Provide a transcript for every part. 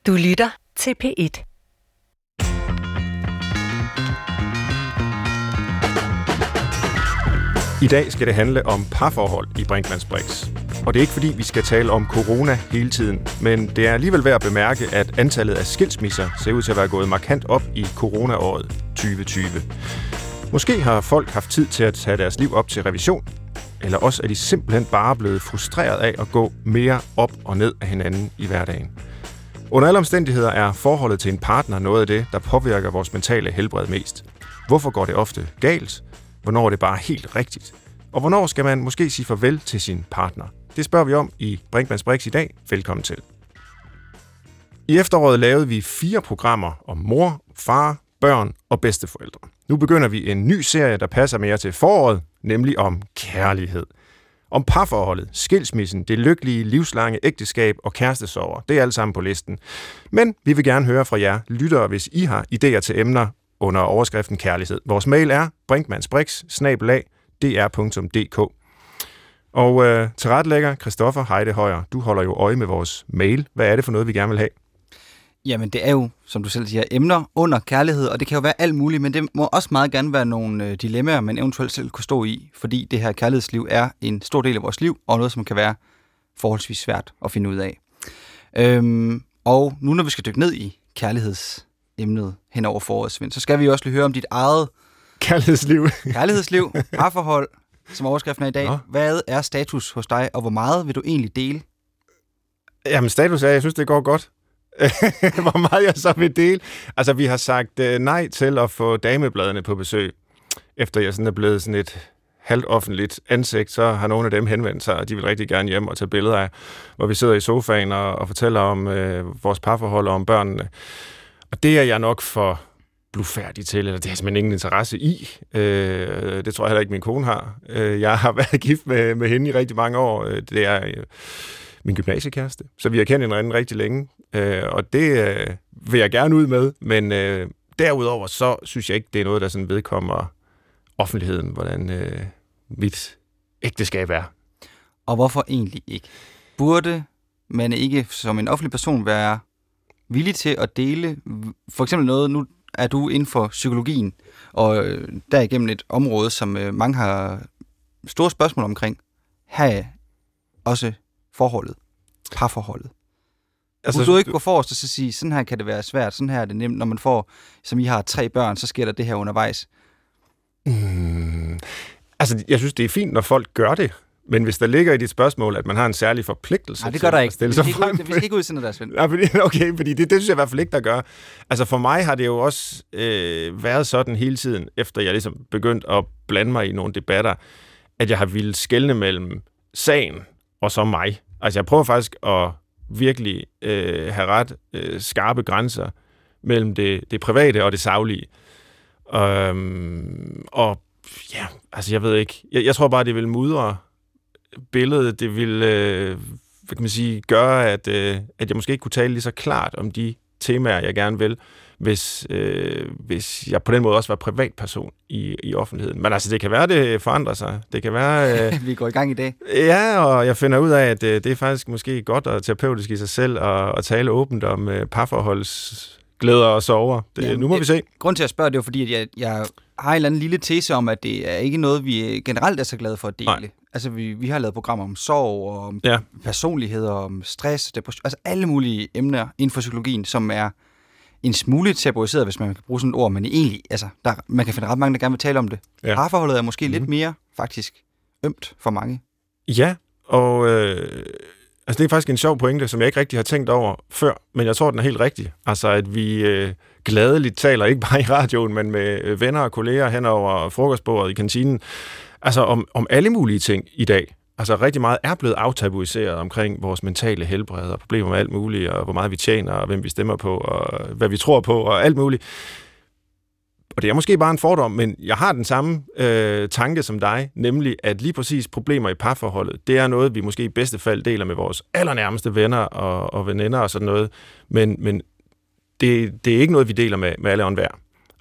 Du lytter til P1. I dag skal det handle om parforhold i Brinkmanns Brix. Og det er ikke fordi, vi skal tale om corona hele tiden, men det er alligevel værd at bemærke, at antallet af skilsmisser ser ud til at være gået markant op i coronaåret 2020. Måske har folk haft tid til at tage deres liv op til revision, eller også er de simpelthen bare blevet frustreret af at gå mere op og ned af hinanden i hverdagen. Under alle omstændigheder er forholdet til en partner noget af det, der påvirker vores mentale helbred mest. Hvorfor går det ofte galt? Hvornår er det bare helt rigtigt? Og hvornår skal man måske sige farvel til sin partner? Det spørger vi om i Brinkmanns Brix i dag. Velkommen til. I efteråret lavede vi 4 programmer om mor, far, børn og bedsteforældre. Nu begynder vi en ny serie, der passer mere til foråret, nemlig om kærlighed. Om parforholdet, skilsmissen, det lykkelige, livslange ægteskab og kærestesorger. Det er alt sammen på listen. Men vi vil gerne høre fra jer lyttere, hvis I har idéer til emner under overskriften kærlighed. Vores mail er brinkmannsbrix@dr.dk. Og tilrettelægger Christoffer Heide Højer, du holder jo øje med vores mail. Hvad er det for noget, vi gerne vil have? Jamen, det er jo, som du selv siger, emner under kærlighed, og det kan jo være alt muligt, men det må også meget gerne være nogle dilemmaer, man eventuelt selv kunne stå i, fordi det her kærlighedsliv er en stor del af vores liv, og noget, som kan være forholdsvis svært at finde ud af. Og nu, når vi skal dykke ned i kærlighedsemnet hen over foråret, Svend, så skal vi også lige høre om dit eget kærlighedsliv, parforhold, som overskriften er i dag. Nå. Hvad er status hos dig, og hvor meget vil du egentlig dele? Jamen, status er, jeg synes, det går godt. Hvor meget jeg så vil dele. Altså, vi har sagt nej til at få damebladene på besøg. Efter jeg sådan er blevet sådan et halvt offentligt ansigt, så har nogle af dem henvendt sig, og de vil rigtig gerne hjem og tage billeder af, hvor vi sidder i sofaen og fortæller om vores parforhold og om børnene. Og det er jeg nok for blufærdig til, eller det har jeg simpelthen ingen interesse i. Det tror jeg heller ikke, min kone har. Jeg har været gift med hende i rigtig mange år. Det er min gymnasiekæreste, så vi har kendt hinanden rigtig længe, og det vil jeg gerne ud med, men derudover så synes jeg ikke, det er noget, der sådan vedkommer offentligheden, hvordan mit ægteskab er. Og hvorfor egentlig ikke? Burde man ikke som en offentlig person være villig til at dele, for eksempel noget, nu er du inden for psykologien, og derigennem et område, som mange har store spørgsmål omkring, her også forholdet, parforholdet. Altså, du ikke gå forrest og så sige, sådan her kan det være svært, sådan her er det nemt, når man får, som I har 3 børn, så sker der det her undervejs. Altså, jeg synes, det er fint, når folk gør det, men hvis der ligger i dit spørgsmål, at man har en særlig forpligtelse det gør der ikke. At stille sig frem. Vi skal ikke udsende der, Svend. Okay, fordi det synes jeg i hvert fald ikke, der gør. Altså, for mig har det jo også været sådan hele tiden, efter jeg ligesom begyndt at blande mig i nogle debatter, at jeg har ville skelne mellem sagen og så mig. Altså, jeg prøver faktisk at virkelig have ret skarpe grænser mellem det private og det saglige. Og ja, altså, jeg ved ikke. Jeg tror bare, det vil mudre billedet. Det vil, hvad kan man sige, gøre, at jeg måske ikke kunne tale lige så klart om de temaer, jeg gerne vil, hvis jeg på den måde også var privatperson i offentligheden. Men altså, det kan være, det forandrer sig. Det kan være... Vi går i gang i dag. Ja, og jeg finder ud af, at det er faktisk måske godt og terapeutisk i sig selv at tale åbent om parforholdsglæder og sorger. Nu må vi se. Grunden til at spørge, det er jo fordi, at jeg har en eller anden lille tese om, at det er ikke noget, vi generelt er så glade for at dele. Nej. Altså, vi har lavet programmer om sorg, og om personlighed, og om stress, depression, altså alle mulige emner inden for psykologien, som er en smule tabuiseret, hvis man kan bruge sådan et ord, men egentlig, altså, man kan finde ret mange, der gerne vil tale om det. Ja. Parforholdet er måske lidt mere, faktisk, ømt for mange. Ja, og altså, det er faktisk en sjov pointe, som jeg ikke rigtig har tænkt over før, men jeg tror, den er helt rigtig. Altså, at vi gladeligt taler, ikke bare i radioen, men med venner og kolleger hen over frokostbordet i kantinen, altså om alle mulige ting i dag. Altså rigtig meget er blevet aftabuiseret omkring vores mentale helbred og problemer med alt muligt, og hvor meget vi tjener, og hvem vi stemmer på, og hvad vi tror på, og alt muligt. Og det er måske bare en fordom, men jeg har den samme tanke som dig, nemlig at lige præcis problemer i parforholdet, det er noget, vi måske i bedste fald deler med vores allernærmeste venner og veninder og sådan noget, men det er ikke noget, vi deler med alle og enhver.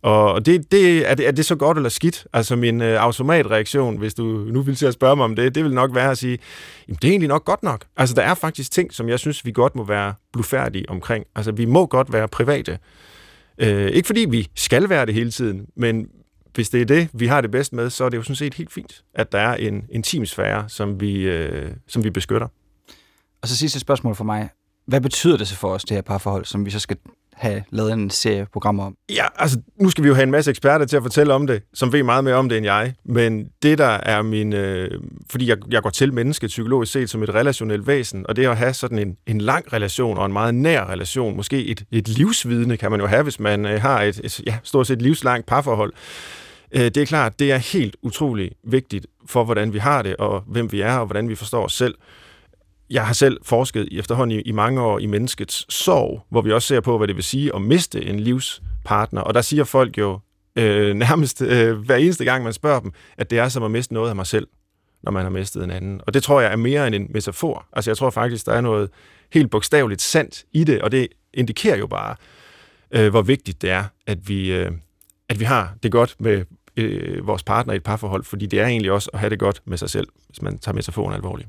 Og er det så godt eller skidt? Altså min automatreaktion, hvis du nu vil til at spørge mig om det vil nok være at sige, jamen det er egentlig nok godt nok. Altså der er faktisk ting, som jeg synes, vi godt må være blufærdige omkring. Altså vi må godt være private. Ikke fordi vi skal være det hele tiden, men hvis det er det, vi har det bedst med, så er det jo sådan set helt fint, at der er en intim sfære, som vi beskytter. Og så sidste spørgsmål for mig. Hvad betyder det så for os, det her parforhold, som vi så skal have lavet en serie programmer om? Ja, altså nu skal vi jo have en masse eksperter til at fortælle om det, som ved meget mere om det end jeg. Men det der er fordi jeg går til mennesket psykologisk set som et relationelt væsen, og det at have sådan en lang relation og en meget nær relation, måske et livsvidne kan man jo have, hvis man har et stort set livslangt parforhold. Det er klart, det er helt utrolig vigtigt for, hvordan vi har det, og hvem vi er, og hvordan vi forstår os selv. Jeg har selv forsket efterhånden i mange år i menneskets sorg, hvor vi også ser på, hvad det vil sige at miste en livspartner. Og der siger folk jo nærmest hver eneste gang, man spørger dem, at det er som at miste noget af mig selv, når man har mistet en anden. Og det tror jeg er mere end en metafor. Altså jeg tror faktisk, der er noget helt bogstaveligt sandt i det, og det indikerer jo bare, hvor vigtigt det er, at vi har det godt med vores partner i et parforhold, fordi det er egentlig også at have det godt med sig selv, hvis man tager metaforen alvorligt.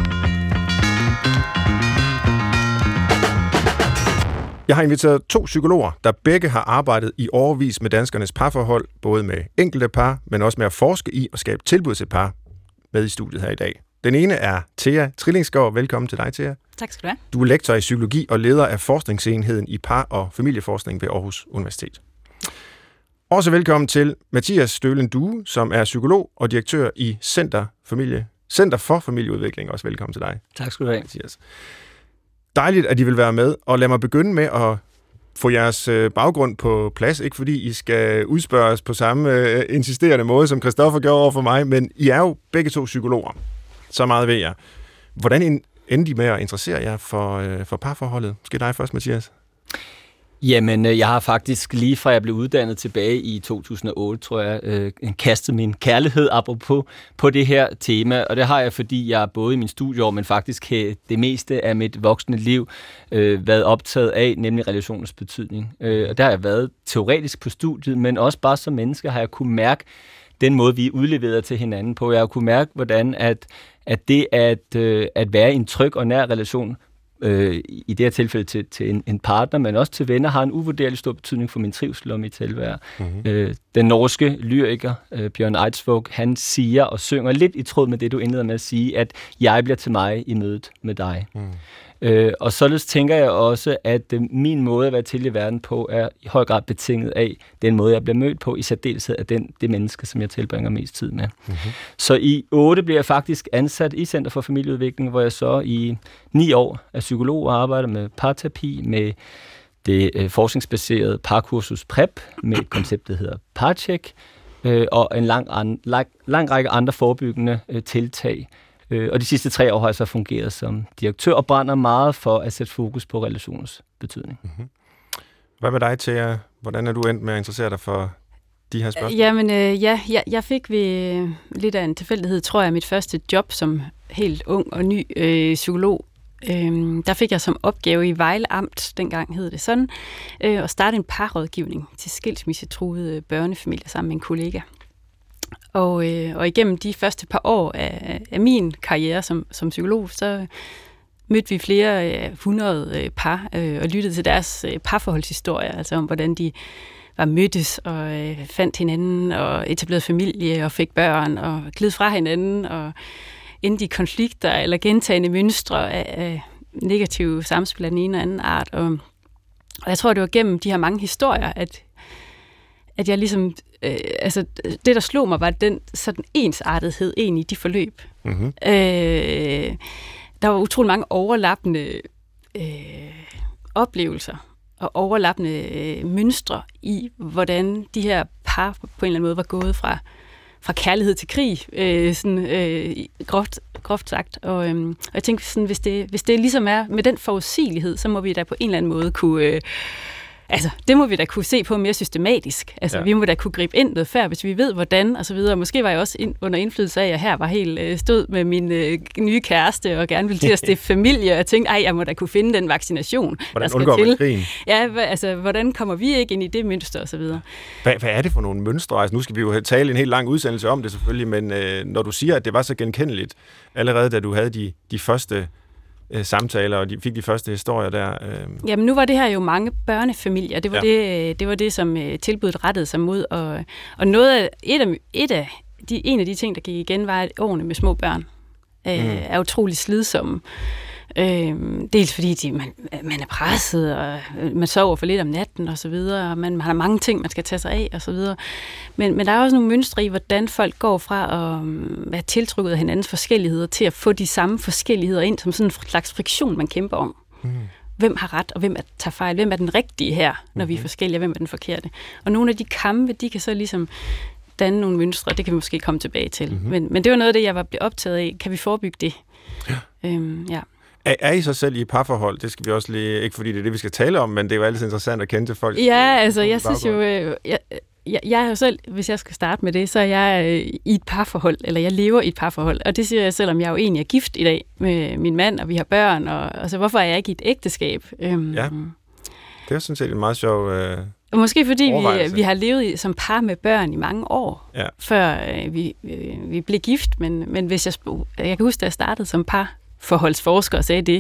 Jeg har inviteret 2 psykologer, der begge har arbejdet i årevis med danskernes parforhold, både med enkelte par, men også med at forske i og skabe tilbud til par, med i studiet her i dag. Den ene er Thea Trillingsgaard. Velkommen til dig, Thea. Tak skal du have. Du er lektor i psykologi og leder af forskningsenheden i par- og familieforskning ved Aarhus Universitet. Også velkommen til Mathias Stølen Due, som er psykolog og direktør i Center for Familieudvikling. Også velkommen til dig. Tak skal du have, Mathias. Dejligt, at I vil være med, og lad mig begynde med at få jeres baggrund på plads. Ikke fordi I skal udspørges på samme insisterende måde, som Christoffer gjorde over for mig, men I er jo begge 2 psykologer. Så meget ved jeg. Hvordan endte I med at interessere jer for parforholdet? Måske dig først, Mathias. Jamen, jeg har faktisk lige fra jeg blev uddannet tilbage i 2008, tror jeg, kastet min kærlighed apropos på det her tema. Og det har jeg, fordi jeg både i min studieår, men faktisk det meste af mit voksne liv været optaget af, nemlig relationens betydning. Og der har jeg været teoretisk på studiet, men også bare som menneske har jeg kunne mærke den måde, vi udleverer til hinanden på. Jeg har kunne mærke, hvordan at det at være i en tryg og nær relation, i det her tilfælde til en partner, men også til venner, har en uvurderlig stor betydning for min trivsel og mit selvværd. Mm-hmm. Den norske lyriker, Bjørn Eidsvåg, han siger og synger lidt i tråd med det, du indleder med at sige, at jeg bliver til mig i mødet med dig. Mm. Og således tænker jeg også, at min måde at være til i verden på er i høj grad betinget af den måde, jeg bliver mødt på, i særdeleshed af det menneske, som jeg tilbringer mest tid med. Mm-hmm. Så i 8 bliver jeg faktisk ansat i Center for Familieudvikling, hvor jeg så i 9 år er psykolog og arbejder med parterapi, med det forskningsbaserede parkursus PrEP, med et koncept, der hedder Parcheck, og en lang række andre forebyggende tiltag. Og de sidste 3 år har jeg så fungeret som direktør og brænder meget for at sætte fokus på relationens betydning. Mm-hmm. Hvad med dig, Thea? Hvordan er du endt med at interessere dig for de her spørgsmål? Jamen, jeg fik ved lidt af en tilfældighed, tror jeg, mit første job som helt ung og ny psykolog. Der fik jeg som opgave i Vejle Amt, dengang hed det sådan, at starte en parrådgivning til skilsmissetruede børnefamilier sammen med en kollega. Og igennem de første par år af min karriere som psykolog, så mødte vi flere 100 par og lyttede til deres parforholdshistorier, altså om hvordan de var mødtes og fandt hinanden og etablerede familie og fik børn og gled fra hinanden og endte i konflikter eller gentagende mønstre af negative samspil af den ene og anden art. Og jeg tror, det var gennem de her mange historier, at jeg ligesom, det der slog mig, var den sådan ensartethed egentlig i de forløb. Mm-hmm. Der var utrolig mange overlappende oplevelser og overlappende mønstre i, hvordan de her par på en eller anden måde var gået fra kærlighed til krig, groft sagt. Og jeg tænkte sådan, hvis det ligesom er med den forudsigelighed, så må vi da på en eller anden måde kunne Altså, det må vi da kunne se på mere systematisk. Altså, vi må da kunne gribe ind noget før, hvis vi ved, hvordan, og så videre. Måske var jeg også under indflydelse af, at jeg her var helt stød med min nye kæreste, og gerne ville til at stifte familie, og tænkte, jeg må da kunne finde den vaccination, hvordan undgår man krigen? Ja, altså, hvordan kommer vi ikke ind i det mønster, og så videre. Hvad er det for nogle mønstre? Altså, nu skal vi jo tale en helt lang udsendelse om det selvfølgelig, men når du siger, at det var så genkendeligt, allerede da du havde de første samtaler, og de fik de første historier der. Jamen, nu var det her jo mange børnefamilier. Det var det, som tilbuddet rettede sig mod. Og en af de ting, der gik igen, var, at årene med små børn er utrolig slidsomme. Dels fordi man er presset, og man sover for lidt om natten, og så videre, og man har mange ting, man skal tage sig af, og så videre. Men der er også nogle mønstre i, hvordan folk går fra at være tiltrukket af hinandens forskelligheder, til at få de samme forskelligheder ind, som sådan en slags friktion, man kæmper om. Hvem har ret, og hvem tager fejl? Hvem er den rigtige her, når vi er forskellige, og hvem er den forkerte? Og nogle af de kampe, de kan så ligesom danne nogle mønstre, det kan vi måske komme tilbage til. Men det var noget af det, jeg var blevet optaget af. Kan vi forebygge det? Ja. Er I så selv i parforhold? Det skal vi også lige, ikke fordi det er det, vi skal tale om, men det er jo altid interessant at kende til folk. Ja, altså jeg synes jo, jeg er jo selv, hvis jeg skal starte med det, så er jeg i et parforhold, eller jeg lever i et parforhold, og det siger jeg selvom jeg jo egentlig er gift i dag med min mand, og vi har børn, og altså hvorfor er jeg ikke i et ægteskab? Ja, det er sådan set en meget sjov måske fordi vi har levet som par med børn i mange år, før vi blev gift, men hvis jeg kan huske, da jeg startede som parforholdsforsker og sagde det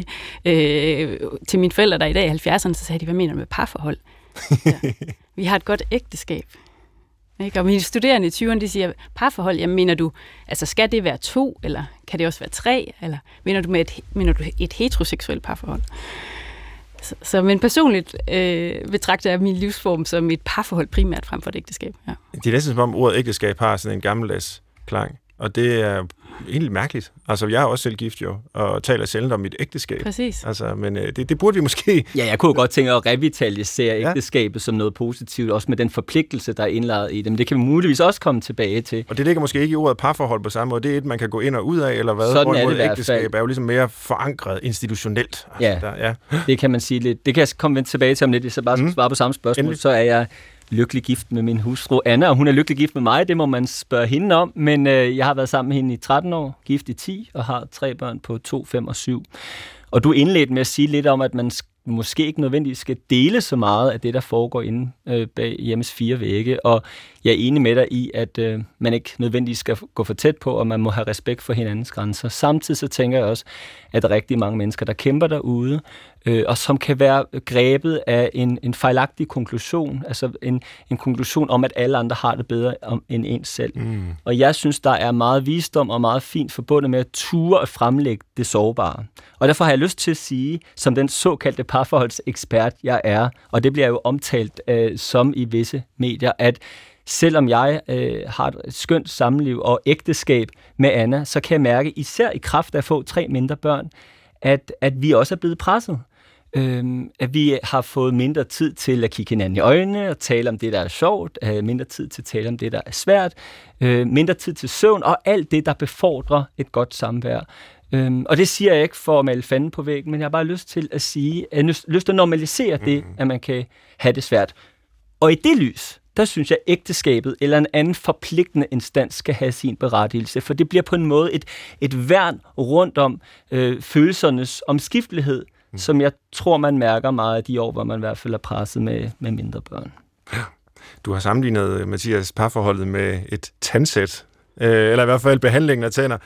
til mine forældre, der i dag er 70'erne, så sagde de, hvad mener du med parforhold? Vi har et godt ægteskab. Ikke? Og mine studerende i 20'erne, de siger, parforhold, jamen mener du, altså skal det være 2, eller kan det også være 3, eller mener du et heteroseksuelt parforhold? Så men personligt betragter jeg min livsform som et parforhold primært frem for et ægteskab. Ja. Det er næsten som om ordet ægteskab har sådan en gammeldags klang, og det er egentlig mærkeligt. Altså, jeg er også selv gift jo, og taler sjældent om mit ægteskab. Præcis. Altså, men det burde vi måske... Ja, jeg kunne godt tænke at revitalisere ægteskabet som noget positivt, også med den forpligtelse, der er indlagt i det. Men det kan vi muligvis også komme tilbage til. Og det ligger måske ikke i ordet parforhold på samme måde. Det er et, man kan gå ind og ud af, eller hvad? Sådan er det ægteskab er jo ligesom mere forankret institutionelt. Altså, ja, det kan man sige lidt. Det kan jeg komme tilbage til om lidt, hvis jeg bare skal svare på samme spørgsmål. Så er jeg lykkelig gift med min hustru Anna, og hun er lykkelig gift med mig, det må man spørge hende om, men jeg har været sammen med hende i 13 år, gift i 10, og har 3 børn på 2, 5 og 7. Og du indledte med at sige lidt om, at man måske ikke nødvendigvis skal dele så meget af det, der foregår inde bag hjemmes 4 vægge, og jeg er enig med dig i, at man ikke nødvendigvis skal gå for tæt på, og man må have respekt for hinandens grænser. Samtidig så tænker jeg også, at der er rigtig mange mennesker, der kæmper derude, og som kan være grebet af en fejlagtig konklusion, altså en konklusion om, at alle andre har det bedre end en selv. Og jeg synes, der er meget visdom og meget fint forbundet med at ture og fremlægge det sårbare. Og derfor har jeg lyst til at sige, som den såkaldte parforholdsekspert, jeg er, og det bliver jo omtalt som i visse medier, at selvom jeg har et skønt samliv og ægteskab med Anna, så kan jeg mærke, især i kraft af at få 3 mindre børn, at vi også er blevet presset. At vi har fået mindre tid til at kigge hinanden i øjnene og tale om det, der er sjovt, mindre tid til at tale om det, der er svært, mindre tid til søvn og alt det, der befordrer et godt samvær. Og det siger jeg ikke for at male fanden på væggen, men jeg har bare lyst til at sige, at lyst til at normalisere det, at man kan have det svært. Og i det lys, der synes jeg, at ægteskabet eller en anden forpligtende instans skal have sin berettigelse, for det bliver på en måde et værn rundt om følelsernes omskiftelighed, som jeg tror, man mærker meget af de år, hvor man i hvert fald er presset med mindre børn. Du har sammenlignet, Mathias, parforholdet med et tandsæt, eller i hvert fald behandlingen af tænder,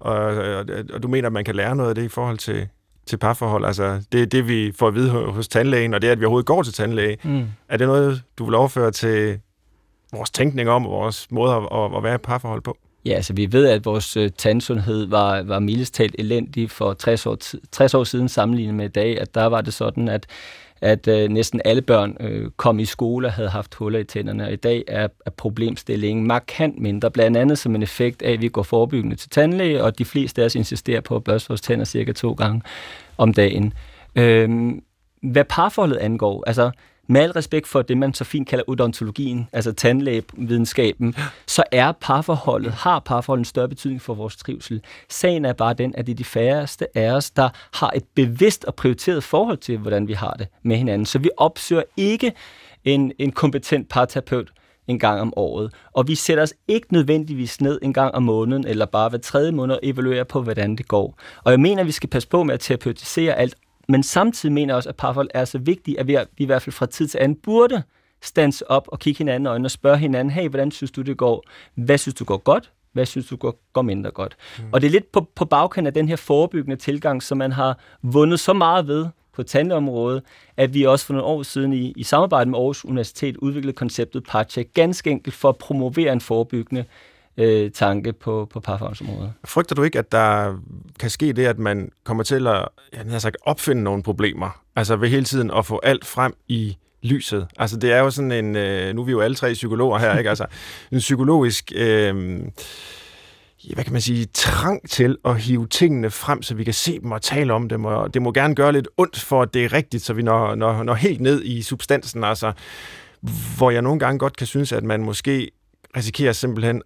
og du mener, at man kan lære noget af det i forhold til parforhold. Altså, det er det, vi får at vide hos tandlægen, og det er, at vi overhovedet går til tandlæge. Er det noget, du vil overføre til vores tænkning om, vores måde at være i parforhold på? Ja, altså vi ved, at vores tandsundhed var mildest talt elendig for 60 år siden sammenlignet med i dag, at der var det sådan, at næsten alle børn kom i skole og havde haft huller i tænderne, og i dag er problemstillingen markant mindre, blandt andet som en effekt af, at vi går forebyggende til tandlæge, og de fleste af os insisterer på at børste vores tænder cirka 2 gange om dagen. Hvad parforholdet angår, altså med al respekt for det, man så fint kalder odontologien, altså tandlægevidenskaben, så har parforholdet en større betydning for vores trivsel. Sagen er bare den, at det er de færreste af os, der har et bevidst og prioriteret forhold til, hvordan vi har det med hinanden. Så vi opsøger ikke en kompetent parterapeut en gang om året, og vi sætter os ikke nødvendigvis ned en gang om måneden, eller bare hver 3. måned og evaluerer på, hvordan det går. Og jeg mener, at vi skal passe på med at terapeutisere alt, men samtidig mener jeg også, at parforhold er så vigtigt, at vi i hvert fald fra tid til anden burde stands op og kigge hinanden i øjnene og spørge hinanden, hey, hvordan synes du, det går? Hvad synes du går godt? Hvad synes du går mindre godt? Og det er lidt på bagkant af den her forebyggende tilgang, som man har vundet så meget ved på tandlægeområdet, at vi også for nogle år siden i samarbejde med Aarhus Universitet udviklede konceptet ParCheck, ganske enkelt for at promovere en forebyggende tanke på parforholdsområdet. Frygter du ikke, at der kan ske det, at man kommer til at opfinde nogle problemer? Altså ved hele tiden at få alt frem i lyset. Altså det er jo sådan en, nu er vi jo alle 3 psykologer her, ikke? Altså en psykologisk, hvad kan man sige, trang til at hive tingene frem, så vi kan se dem og tale om dem, og det må gerne gøre lidt ondt for, at det er rigtigt, så vi når helt ned i substansen, altså hvor jeg nogle gange godt kan synes, at man måske risikerer simpelthen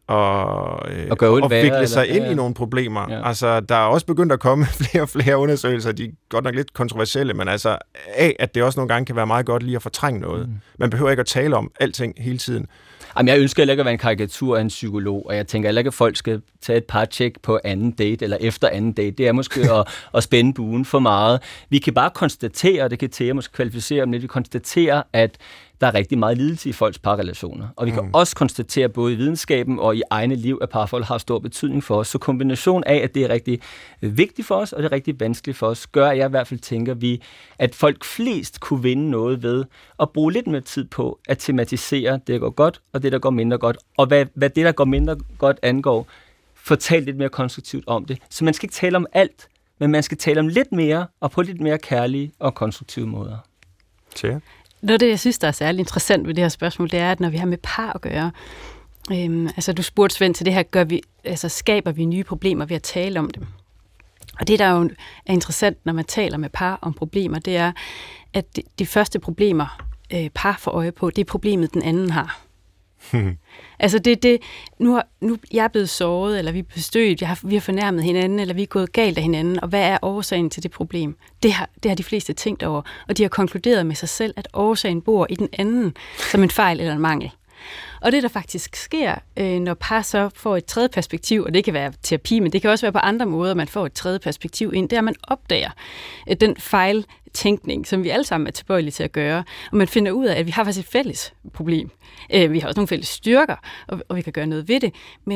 at vikle sig ind i nogle problemer. Ja. Altså, der er også begyndt at komme flere og flere undersøgelser, de er godt nok lidt kontroversielle, men altså at det også nogle gange kan være meget godt lige at fortrænge noget. Man behøver ikke at tale om alting hele tiden. Jamen, jeg ønsker heller ikke at være en karikatur af en psykolog, og jeg tænker heller ikke, at folk skal tage et partcheck på anden date, eller efter anden date. Det er måske at spænde buen for meget. Vi kan bare konstatere, og det kan Thea måske kvalificere om lidt, vi konstaterer, at der er rigtig meget lidelse i folks parrelationer. Og vi kan også konstatere, både i videnskaben og i egne liv, at parforhold har stor betydning for os. Så kombination af, at det er rigtig vigtigt for os, og det er rigtig vanskeligt for os, gør, at jeg i hvert fald tænker, at folk flest kunne vinde noget ved at bruge lidt mere tid på at tematisere det, der går godt, og det, der går mindre godt. Og hvad det, der går mindre godt angår, fortæl lidt mere konstruktivt om det. Så man skal ikke tale om alt, men man skal tale om lidt mere, og på lidt mere kærlige og konstruktive måder. Tja. Noget af det, jeg synes, der er særlig interessant ved det her spørgsmål, det er, at når vi har med par at gøre, altså du spurgte Svend til det her, skaber vi nye problemer ved at tale om dem. Og det, der jo er interessant, når man taler med par om problemer, det er, at de første problemer, par får øje på, det er problemet, den anden har. Altså nu jeg er blevet såret, eller vi er bestødt, vi har fornærmet hinanden, eller vi er gået galt af hinanden, og hvad er årsagen til det problem? Det har de fleste tænkt over, og de har konkluderet med sig selv, at årsagen bor i den anden, som en fejl eller en mangel. Og det, der faktisk sker, når par så får et tredje perspektiv, og det kan være terapi, men det kan også være på andre måder, man får et tredje perspektiv ind, det er, at man opdager den fejltænkning, som vi alle sammen er tilbøjelige til at gøre, og man finder ud af, at vi har faktisk et fælles problem. Vi har også nogle fælles styrker, og vi kan gøre noget ved det,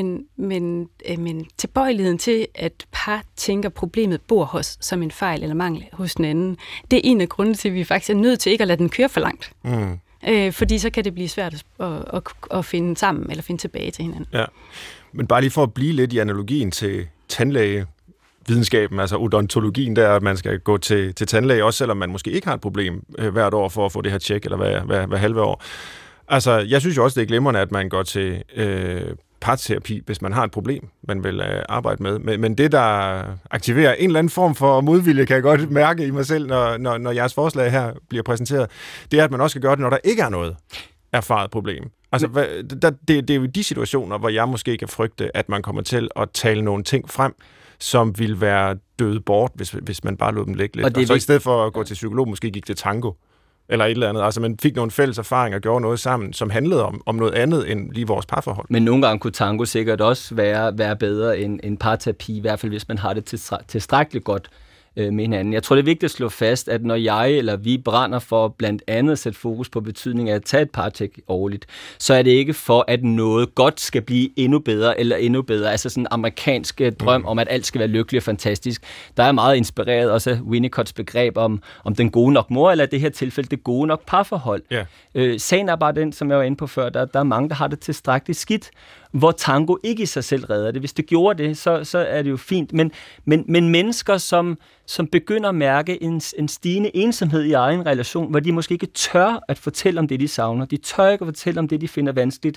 men tilbøjeligheden til, at par tænker, problemet bor hos som en fejl eller mangel hos den anden, det er en af grundene til, at vi faktisk er nødt til ikke at lade den køre for langt. Fordi så kan det blive svært at finde sammen eller finde tilbage til hinanden. Ja, men bare lige for at blive lidt i analogien til tandlægevidenskaben, altså odontologien, der at man skal gå til tandlæge, også selvom man måske ikke har et problem hvert år for at få det her tjek, eller hver halve år. Altså, jeg synes jo også, det er glimrende, at man går til parterapi, hvis man har et problem, man vil arbejde med. Men det, der aktiverer en eller anden form for modvilje, kan jeg godt mærke i mig selv, når jeres forslag her bliver præsenteret, det er, at man også skal gøre det, når der ikke er noget erfaret problem. Altså, det er jo de situationer, hvor jeg måske kan frygte, at man kommer til at tale nogle ting frem, som vil være døde bort, hvis man bare lod dem ligge lidt. Og så i stedet for at gå til psykolog, måske gik til tango, eller et eller andet. Altså, man fik nogle fælles erfaringer og gjorde noget sammen, som handlede om noget andet end lige vores parforhold. Men nogle gange kunne tango sikkert også være bedre end parterapi, i hvert fald hvis man har det tilstrækkeligt godt med hinanden. Jeg tror, det er vigtigt at slå fast, at når jeg eller vi brænder for blandt andet at sætte fokus på betydningen af at tage et partcheck årligt, så er det ikke for, at noget godt skal blive endnu bedre eller endnu bedre. Altså sådan en amerikansk drøm om, at alt skal være lykkeligt og fantastisk. Der er meget inspireret også af Winnicotts begreb om den gode nok mor, eller i det her tilfælde det gode nok parforhold. Yeah. Sagen er bare den, som jeg var inde på før, der er mange, der har det tilstrækkeligt skidt, hvor tango ikke i sig selv redder det. Hvis det gjorde det, så er det jo fint. Men mennesker, som begynder at mærke en stigende ensomhed i egen relation, hvor de måske ikke tør at fortælle om det, de savner. De tør ikke at fortælle om det, de finder vanskeligt.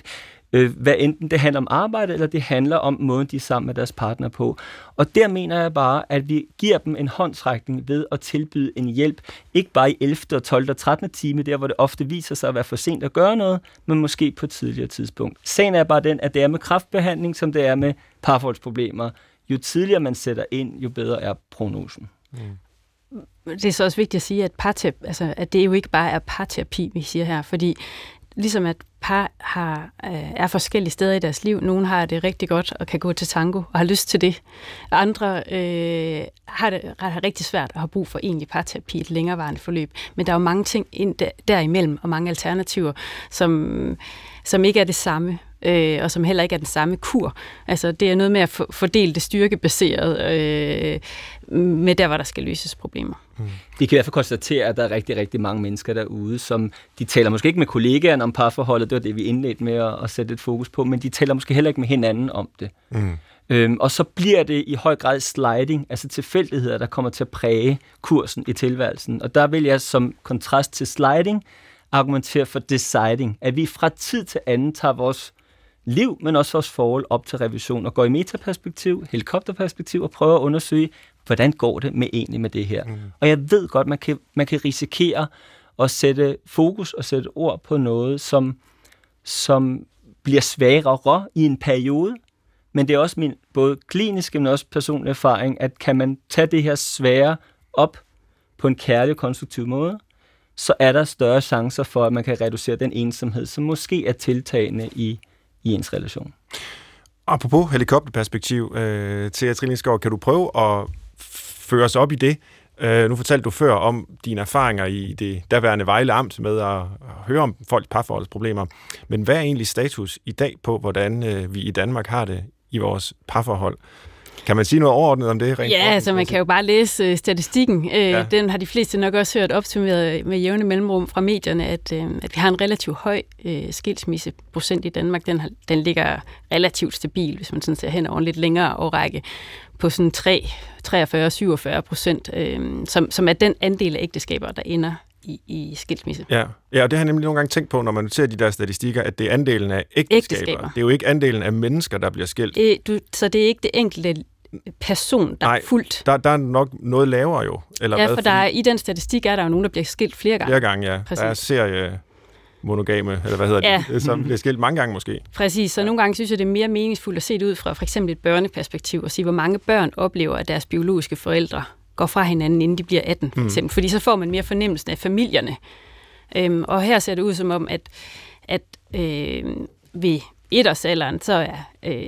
Hvad enten det handler om arbejde, eller det handler om måden, de er sammen med deres partner på. Og der mener jeg bare, at vi giver dem en håndsrækning ved at tilbyde en hjælp, ikke bare i 11., 12. og 13. time, der hvor det ofte viser sig at være for sent at gøre noget, men måske på et tidligere tidspunkt. Sagen er bare den, at det er med kræftbehandling, som det er med parforholdsproblemer. Jo tidligere man sætter ind, jo bedre er prognosen. Det er så også vigtigt at sige, at det jo ikke bare er parterapi, vi siger her, fordi ligesom at par er forskellige steder i deres liv. Nogle har det rigtig godt og kan gå til tango og har lyst til det. Andre har rigtig svært og har brug for egentlig parterapi, et længerevarende forløb. Men der er jo mange ting derimellem og mange alternativer, som ikke er det samme, og som heller ikke er den samme kur. Altså, det er noget med at fordele det styrkebaseret med der, hvor der skal løses problemer. Vi kan i hvert fald konstatere, at der er rigtig, rigtig mange mennesker derude, som de taler måske ikke med kollegaerne om parforholdet, det var det, vi indledte med at sætte et fokus på, men de taler måske heller ikke med hinanden om det. Og så bliver det i høj grad sliding, altså tilfældigheder, der kommer til at præge kursen i tilværelsen. Og der vil jeg som kontrast til sliding argumentere for deciding, at vi fra tid til anden tager vores liv, men også vores forhold op til revision og går i metaperspektiv, helikopterperspektiv og prøver at undersøge, hvordan går det egentlig med det her. Og jeg ved godt, man kan risikere at sætte fokus og sætte ord på noget, som bliver sværere i en periode, men det er også min både kliniske, men også personlige erfaring, at kan man tage det her svære op på en kærlig og konstruktiv måde, så er der større chancer for, at man kan reducere den ensomhed, som måske er tiltagende i ens relation. Apropos helikopterperspektiv, Thea Trillingsgaard, kan du prøve at føre os op i det? Nu fortalte du før om dine erfaringer i det derværende Vejle Amt med at høre om folks parforholdsproblemer. Men hvad er egentlig status i dag på, hvordan vi i Danmark har det i vores parforhold? Kan man sige noget overordnet om det? Ja, altså man kan jo bare læse statistikken. Den har de fleste nok også hørt opsummeret med jævne mellemrum fra medierne, at vi har en relativt høj skilsmisseprocent i Danmark. Den ligger relativt stabil, hvis man sådan ser hen over en lidt længere årrække, på sådan 43-47%, som er den andel af ægteskaber, der ender i skilsmisse. Ja, og det har jeg nemlig nogle gange tænkt på, når man ser de der statistikker, at det er andelen af ægteskaber. Det er jo ikke andelen af mennesker, der bliver skilt. Så det er ikke det enkelte person, der er fuldt. Der er nok noget lavere jo. Eller ja, for der er, i den statistik er der jo nogen, der bliver skilt flere gange. Flere gange, ja. Præcis. Der er seriemonogame, eller hvad hedder det, som bliver skilt mange gange måske. Præcis, så nogle gange synes jeg, det er mere meningsfuldt at se det ud fra for eksempel et børneperspektiv, og sige, hvor mange børn oplever, at deres biologiske forældre går fra hinanden, inden de bliver 18, for eksempel. Fordi så får man mere fornemmelsen af familierne. Og her ser det ud som om, at ved etårsalderen, så er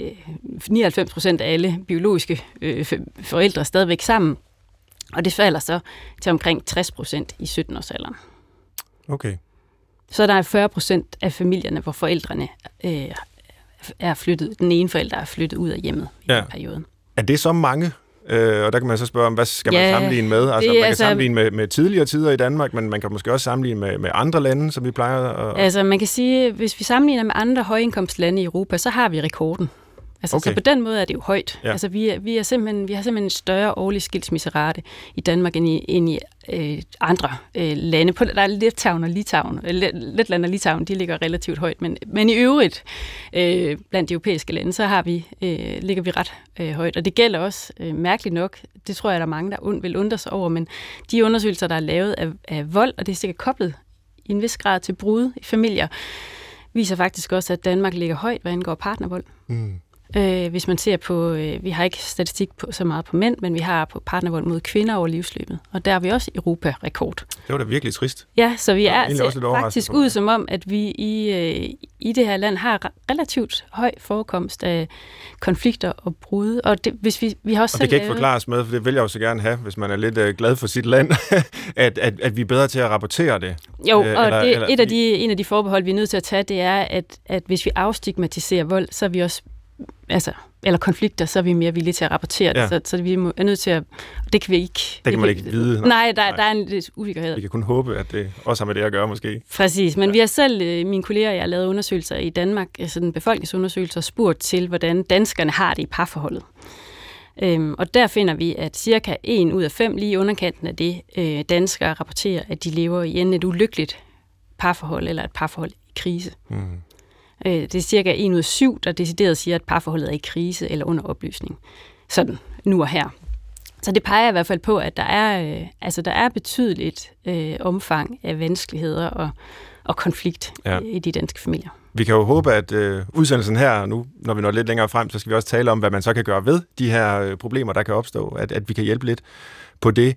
99% af alle biologiske forældre stadigvæk sammen. Og det falder så til omkring 60% i 17-årsalderen. Okay. Så der er 40% af familierne, hvor forældrene er flyttet, den ene forælder er flyttet ud af hjemmet i den periode. Er det så mange? Og der kan man så spørge om, hvad skal man sammenligne med? Altså, man kan sammenligne med tidligere tider i Danmark, men man kan måske også sammenligne med andre lande, som vi plejer at... Altså, man kan sige, hvis vi sammenligner med andre højindkomstlande i Europa, så har vi rekorden. Altså, så på den måde er det jo højt. Ja. Altså, vi har simpelthen en større årlig skilsmisserate i Danmark end i andre lande. Der er Litauen og Litauen. Letland og Litauen, de ligger relativt højt, men i øvrigt blandt de europæiske lande, så ligger vi ret højt. Og det gælder også mærkeligt nok, det tror jeg, der er mange, der vil undre sig over, men de undersøgelser, der er lavet af vold, og det er sikkert koblet i en vis grad til brud i familier, viser faktisk også, at Danmark ligger højt, hvad angår partnervold. Hvis man ser på, vi har ikke statistik på så meget på mænd, men vi har på partnervold mod kvinder over livsløbet. Og der er vi også Europa-rekord. Det var da virkelig trist. Ja, så vi er faktisk ud som om, at vi i det her land har relativt høj forekomst af konflikter og brud. Og det, hvis vi har også og det kan ikke forklares med, for det vil jeg jo så gerne have, hvis man er lidt glad for sit land, at vi er bedre til at rapportere det. Jo, og en af de forbehold, vi er nødt til at tage, det er, at hvis vi afstigmatiserer vold, så er vi også eller konflikter, så er vi mere villige til at rapportere det. Så vi er nødt til at... Det kan vi ikke... Det kan man ikke vide. Nej, der er en lidt usikkerhed. Vi kan kun håbe, at det også har med det at gøre, måske. Præcis, men vi har selv, mine kolleger og jeg, har lavet undersøgelser i Danmark, sådan befolkningsundersøgelser, spurgt til, hvordan danskerne har det i parforholdet. Og der finder vi, at cirka 1 ud af 5, lige i underkanten af det, danskere rapporterer, at de lever i enten et ulykkeligt parforhold, eller et parforhold i krise. Det er cirka 1 ud af 7, der decideret siger, at parforholdet er i krise eller under opløsning. Sådan, nu og her. Så det peger i hvert fald på, at der er betydeligt omfang af vanskeligheder og konflikt i de danske familier. Vi kan jo håbe, at udsendelsen her, nu når vi når lidt længere frem, så skal vi også tale om, hvad man så kan gøre ved de her problemer, der kan opstå, at vi kan hjælpe lidt på det.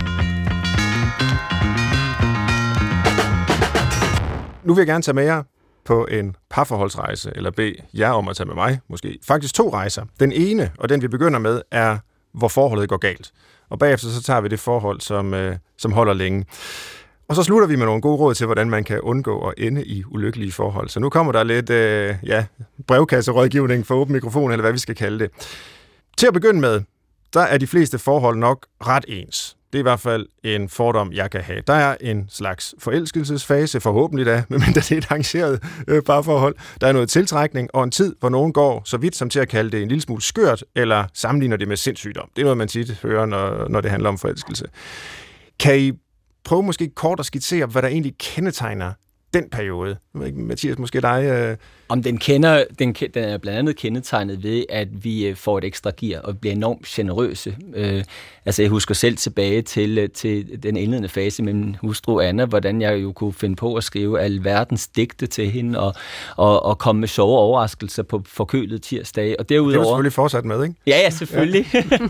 Nu vil jeg gerne tage med jer på en parforholdsrejse, eller bede jer om at tage med mig, måske. Faktisk 2 rejser. Den ene, og den vi begynder med, er, hvor forholdet går galt. Og bagefter så tager vi det forhold, som holder længe. Og så slutter vi med nogle gode råd til, hvordan man kan undgå at ende i ulykkelige forhold. Så nu kommer der lidt brevkasserådgivning for åben mikrofon, eller hvad vi skal kalde det. Til at begynde med, der er de fleste forhold nok ret ens. Det er i hvert fald en fordom, jeg kan have. Der er en slags forelskelsesfase, forhåbentlig da, medmindre det er et arrangeret parforhold. Der er noget tiltrækning og en tid, hvor nogen går så vidt som til at kalde det en lille smule skørt, eller sammenligner det med sindssygdom. Det er noget, man tit hører, når det handler om forelskelse. Kan I prøve måske kort at skitsere, hvad der egentlig kendetegner den periode? Mathias, måske dig? Om den er blandt andet kendetegnet ved, at vi får et ekstra gear og bliver enormt generøse. Jeg husker selv tilbage til den indledende fase med min hustru Anna, hvordan jeg jo kunne finde på at skrive alverdens digte til hende og komme med sjove overraskelser på forkølede tirsdage. Og derudover, det er selvfølgelig fortsat med, ikke? Ja, selvfølgelig.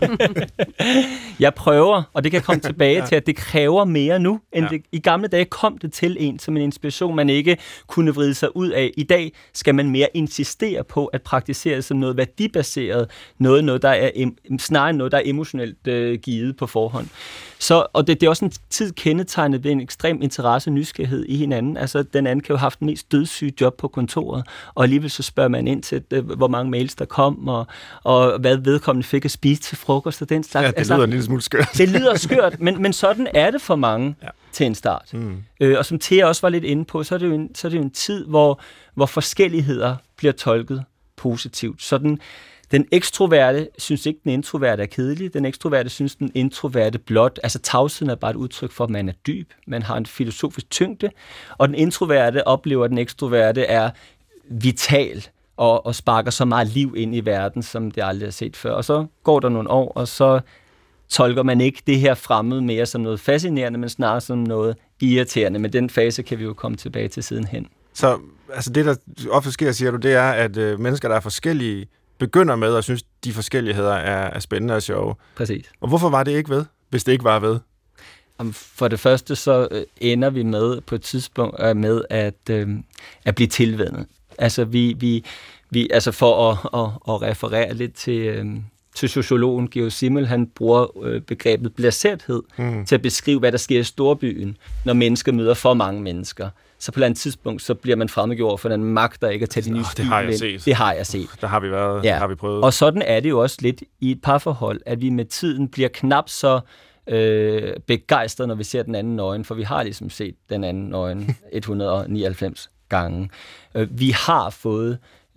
Jeg prøver, og det kan komme tilbage til, at det kræver mere nu, end det, i gamle dage kom det til en som en inspiration, man ikke kunne vride sig ud af. I dag skal man mere insistere på at praktisere som noget værdibaseret, noget der er snarere noget, der er emotionelt givet på forhånd. Så, og det er også en tid kendetegnet ved en ekstrem interesse og nysgerrighed i hinanden. Altså, den anden kan jo have haft den mest dødssyge job på kontoret, og alligevel så spørger man ind til, hvor mange mails der kom, og hvad vedkommende fik at spise til frokost og den slags. Ja, det lyder en lille smule skørt. Det lyder skørt, men sådan er det for mange til en start. Og som Thea også var lidt inde på, så er det jo en tid, hvor forskelligheder bliver tolket positivt. Sådan den ekstroverte synes ikke, den introverte er kedelig. Den ekstroverte synes, den introverte blot. Altså tavsheden er bare et udtryk for, at man er dyb. Man har en filosofisk tyngde. Og den introverte oplever, at den ekstroverte er vital og sparker så meget liv ind i verden, som det aldrig har set før. Og så går der nogle år, og så tolker man ikke det her fremmede mere som noget fascinerende, men snarere som noget irriterende. Men den fase kan vi jo komme tilbage til sidenhen. Så altså det, der ofte sker, siger du, det er, at mennesker, der er forskellige, begynder med at synes, de forskelligheder er spændende og sjove. Præcis. Og hvorfor var det ikke ved, hvis det ikke var ved? For det første, så ender vi med på et tidspunkt med at blive tilvænnet. Altså vi altså for at referere lidt til sociologen Georg Simmel, han bruger begrebet blasserthed til at beskrive, hvad der sker i storbyen, når mennesker møder for mange mennesker. Så på et eller andet tidspunkt, så bliver man fremmedgjort for den magt, der ikke er til de nye det har jeg set. Det har jeg set. Der har vi været, har vi prøvet. Og sådan er det jo også lidt i et parforhold, at vi med tiden bliver knap så begejstret, når vi ser den anden nøgen, for vi har ligesom set den anden nøgen 199 gange. Vi har fået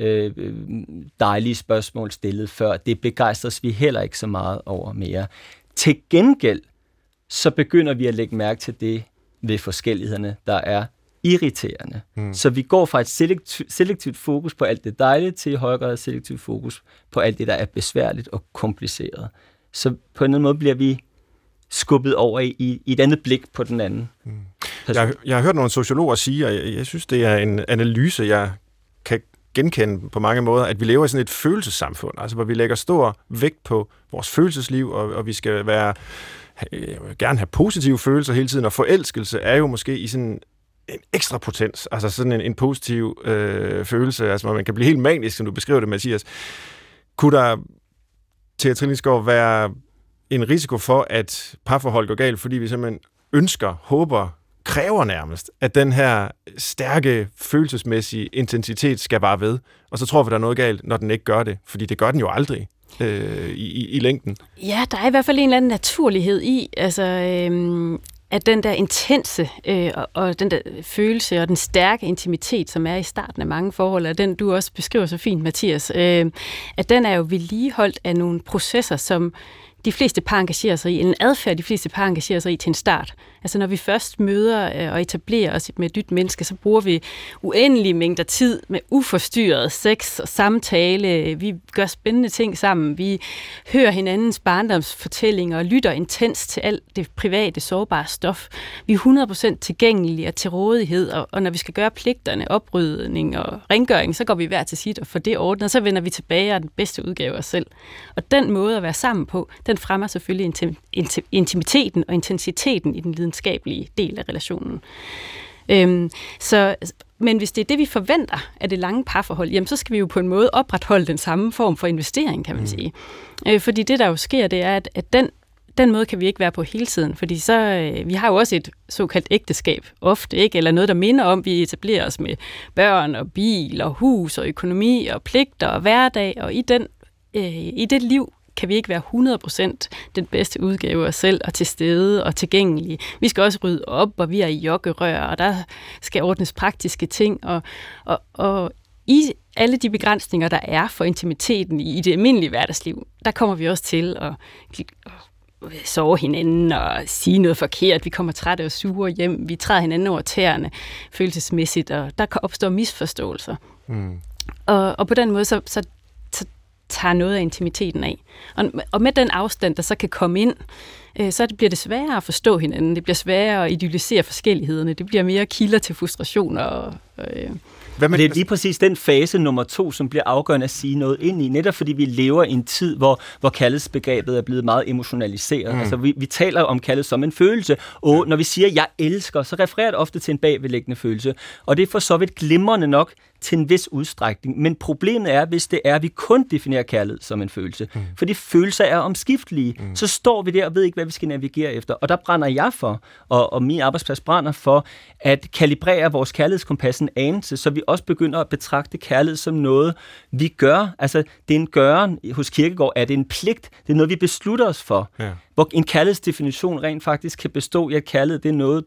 dejlige spørgsmål stillet før. Det begejstres vi heller ikke så meget over mere. Til gengæld, så begynder vi at lægge mærke til det ved forskellighederne, der er irriterende. Så vi går fra et selektivt fokus på alt det dejlige, til i højere grad et selektivt fokus på alt det, der er besværligt og kompliceret. Så på en eller anden måde bliver vi skubbet over i et andet blik på den anden. Jeg har hørt nogle sociologer sige, og jeg synes, det er en analyse, jeg kan genkende på mange måder, at vi lever i sådan et følelsessamfund, altså hvor vi lægger stor vægt på vores følelsesliv, og vi skal gerne have positive følelser hele tiden, og forelskelse er jo måske i sådan en ekstra potens, altså sådan en positiv følelse, altså hvor man kan blive helt manisk, som du beskriver det, Mathias. Kunne der, Thea Trillingsgaard, være en risiko for, at parforhold går galt, fordi vi simpelthen ønsker, håber, kræver nærmest, at den her stærke følelsesmæssige intensitet skal vare ved, og så tror vi, der er noget galt, når den ikke gør det, fordi det gør den jo aldrig i længden. Ja, der er i hvert fald en eller anden naturlighed i, altså at den der intense og den der følelse og den stærke intimitet, som er i starten af mange forhold, og den du også beskriver så fint, Mathias, at den er jo vedligeholdt af nogle processer, som de fleste par engagerer sig i, en adfærd, de fleste par engagerer sig i til en start. Altså når vi først møder og etablerer os med et nyt menneske, så bruger vi uendelige mængder tid med uforstyrret sex og samtale. Vi gør spændende ting sammen. Vi hører hinandens barndomsfortællinger og lytter intens til alt det private, sårbare stof. Vi er 100% tilgængelige og til rådighed, og når vi skal gøre pligterne, oprydning og rengøring, så går vi hver til sit og får det ordnet, og så vender vi tilbage og er den bedste udgave af os selv. Og den måde at være sammen på, den fremmer selvfølgelig intimiteten og intensiteten i den lidenskabelige del af relationen. Men hvis det er det, vi forventer af det lange parforhold, jamen så skal vi jo på en måde opretholde den samme form for investering, kan man sige. Fordi det, der jo sker, det er, at den måde kan vi ikke være på hele tiden, fordi vi har jo også et såkaldt ægteskab ofte, ikke? Eller noget, der minder om, vi etablerer os med børn og bil og hus og økonomi og pligter og hverdag, og i det liv kan vi ikke være 100% den bedste udgave af os selv og til stede og tilgængelige. Vi skal også rydde op, og vi er i joggerør, og der skal ordnes praktiske ting, og i alle de begrænsninger, der er for intimiteten i det almindelige hverdagsliv, der kommer vi også til at sove hinanden og sige noget forkert. Vi kommer trætte og sure hjem. Vi træder hinanden over tæerne følelsesmæssigt, og der kan opstå misforståelser. Og på den måde, så tager noget af intimiteten af. Og med den afstand, der så kan komme ind, så bliver det sværere at forstå hinanden. Det bliver sværere at idealisere forskellighederne. Det bliver mere kilder til frustrationer. Det er lige præcis den fase nummer 2, som bliver afgørende at sige noget ind i. Netop fordi vi lever i en tid, hvor kærlighedsbegrebet er blevet meget emotionaliseret. Altså vi taler om kærlighed som en følelse. Og når vi siger, jeg elsker, så refererer det ofte til en bagvedliggende følelse. Og det er for så vidt glimrende nok til en vis udstrækning. Men problemet er, hvis det er, at vi kun definerer kærlighed som en følelse. Fordi følelser er omskiftelige. Så står vi der og ved ikke, hvad vi skal navigere efter. Og der brænder jeg for, og min arbejdsplads brænder for, at kalibrere vores kærlighedskompas en anelse, så vi også begynder at betragte kærlighed som noget, vi gør. Altså, det er en gøren. Hos Kierkegaard er det en pligt. Det er noget, vi beslutter os for. Ja. Hvor en kærlighedsdefinition rent faktisk kan bestå i, at kærlighed det er noget,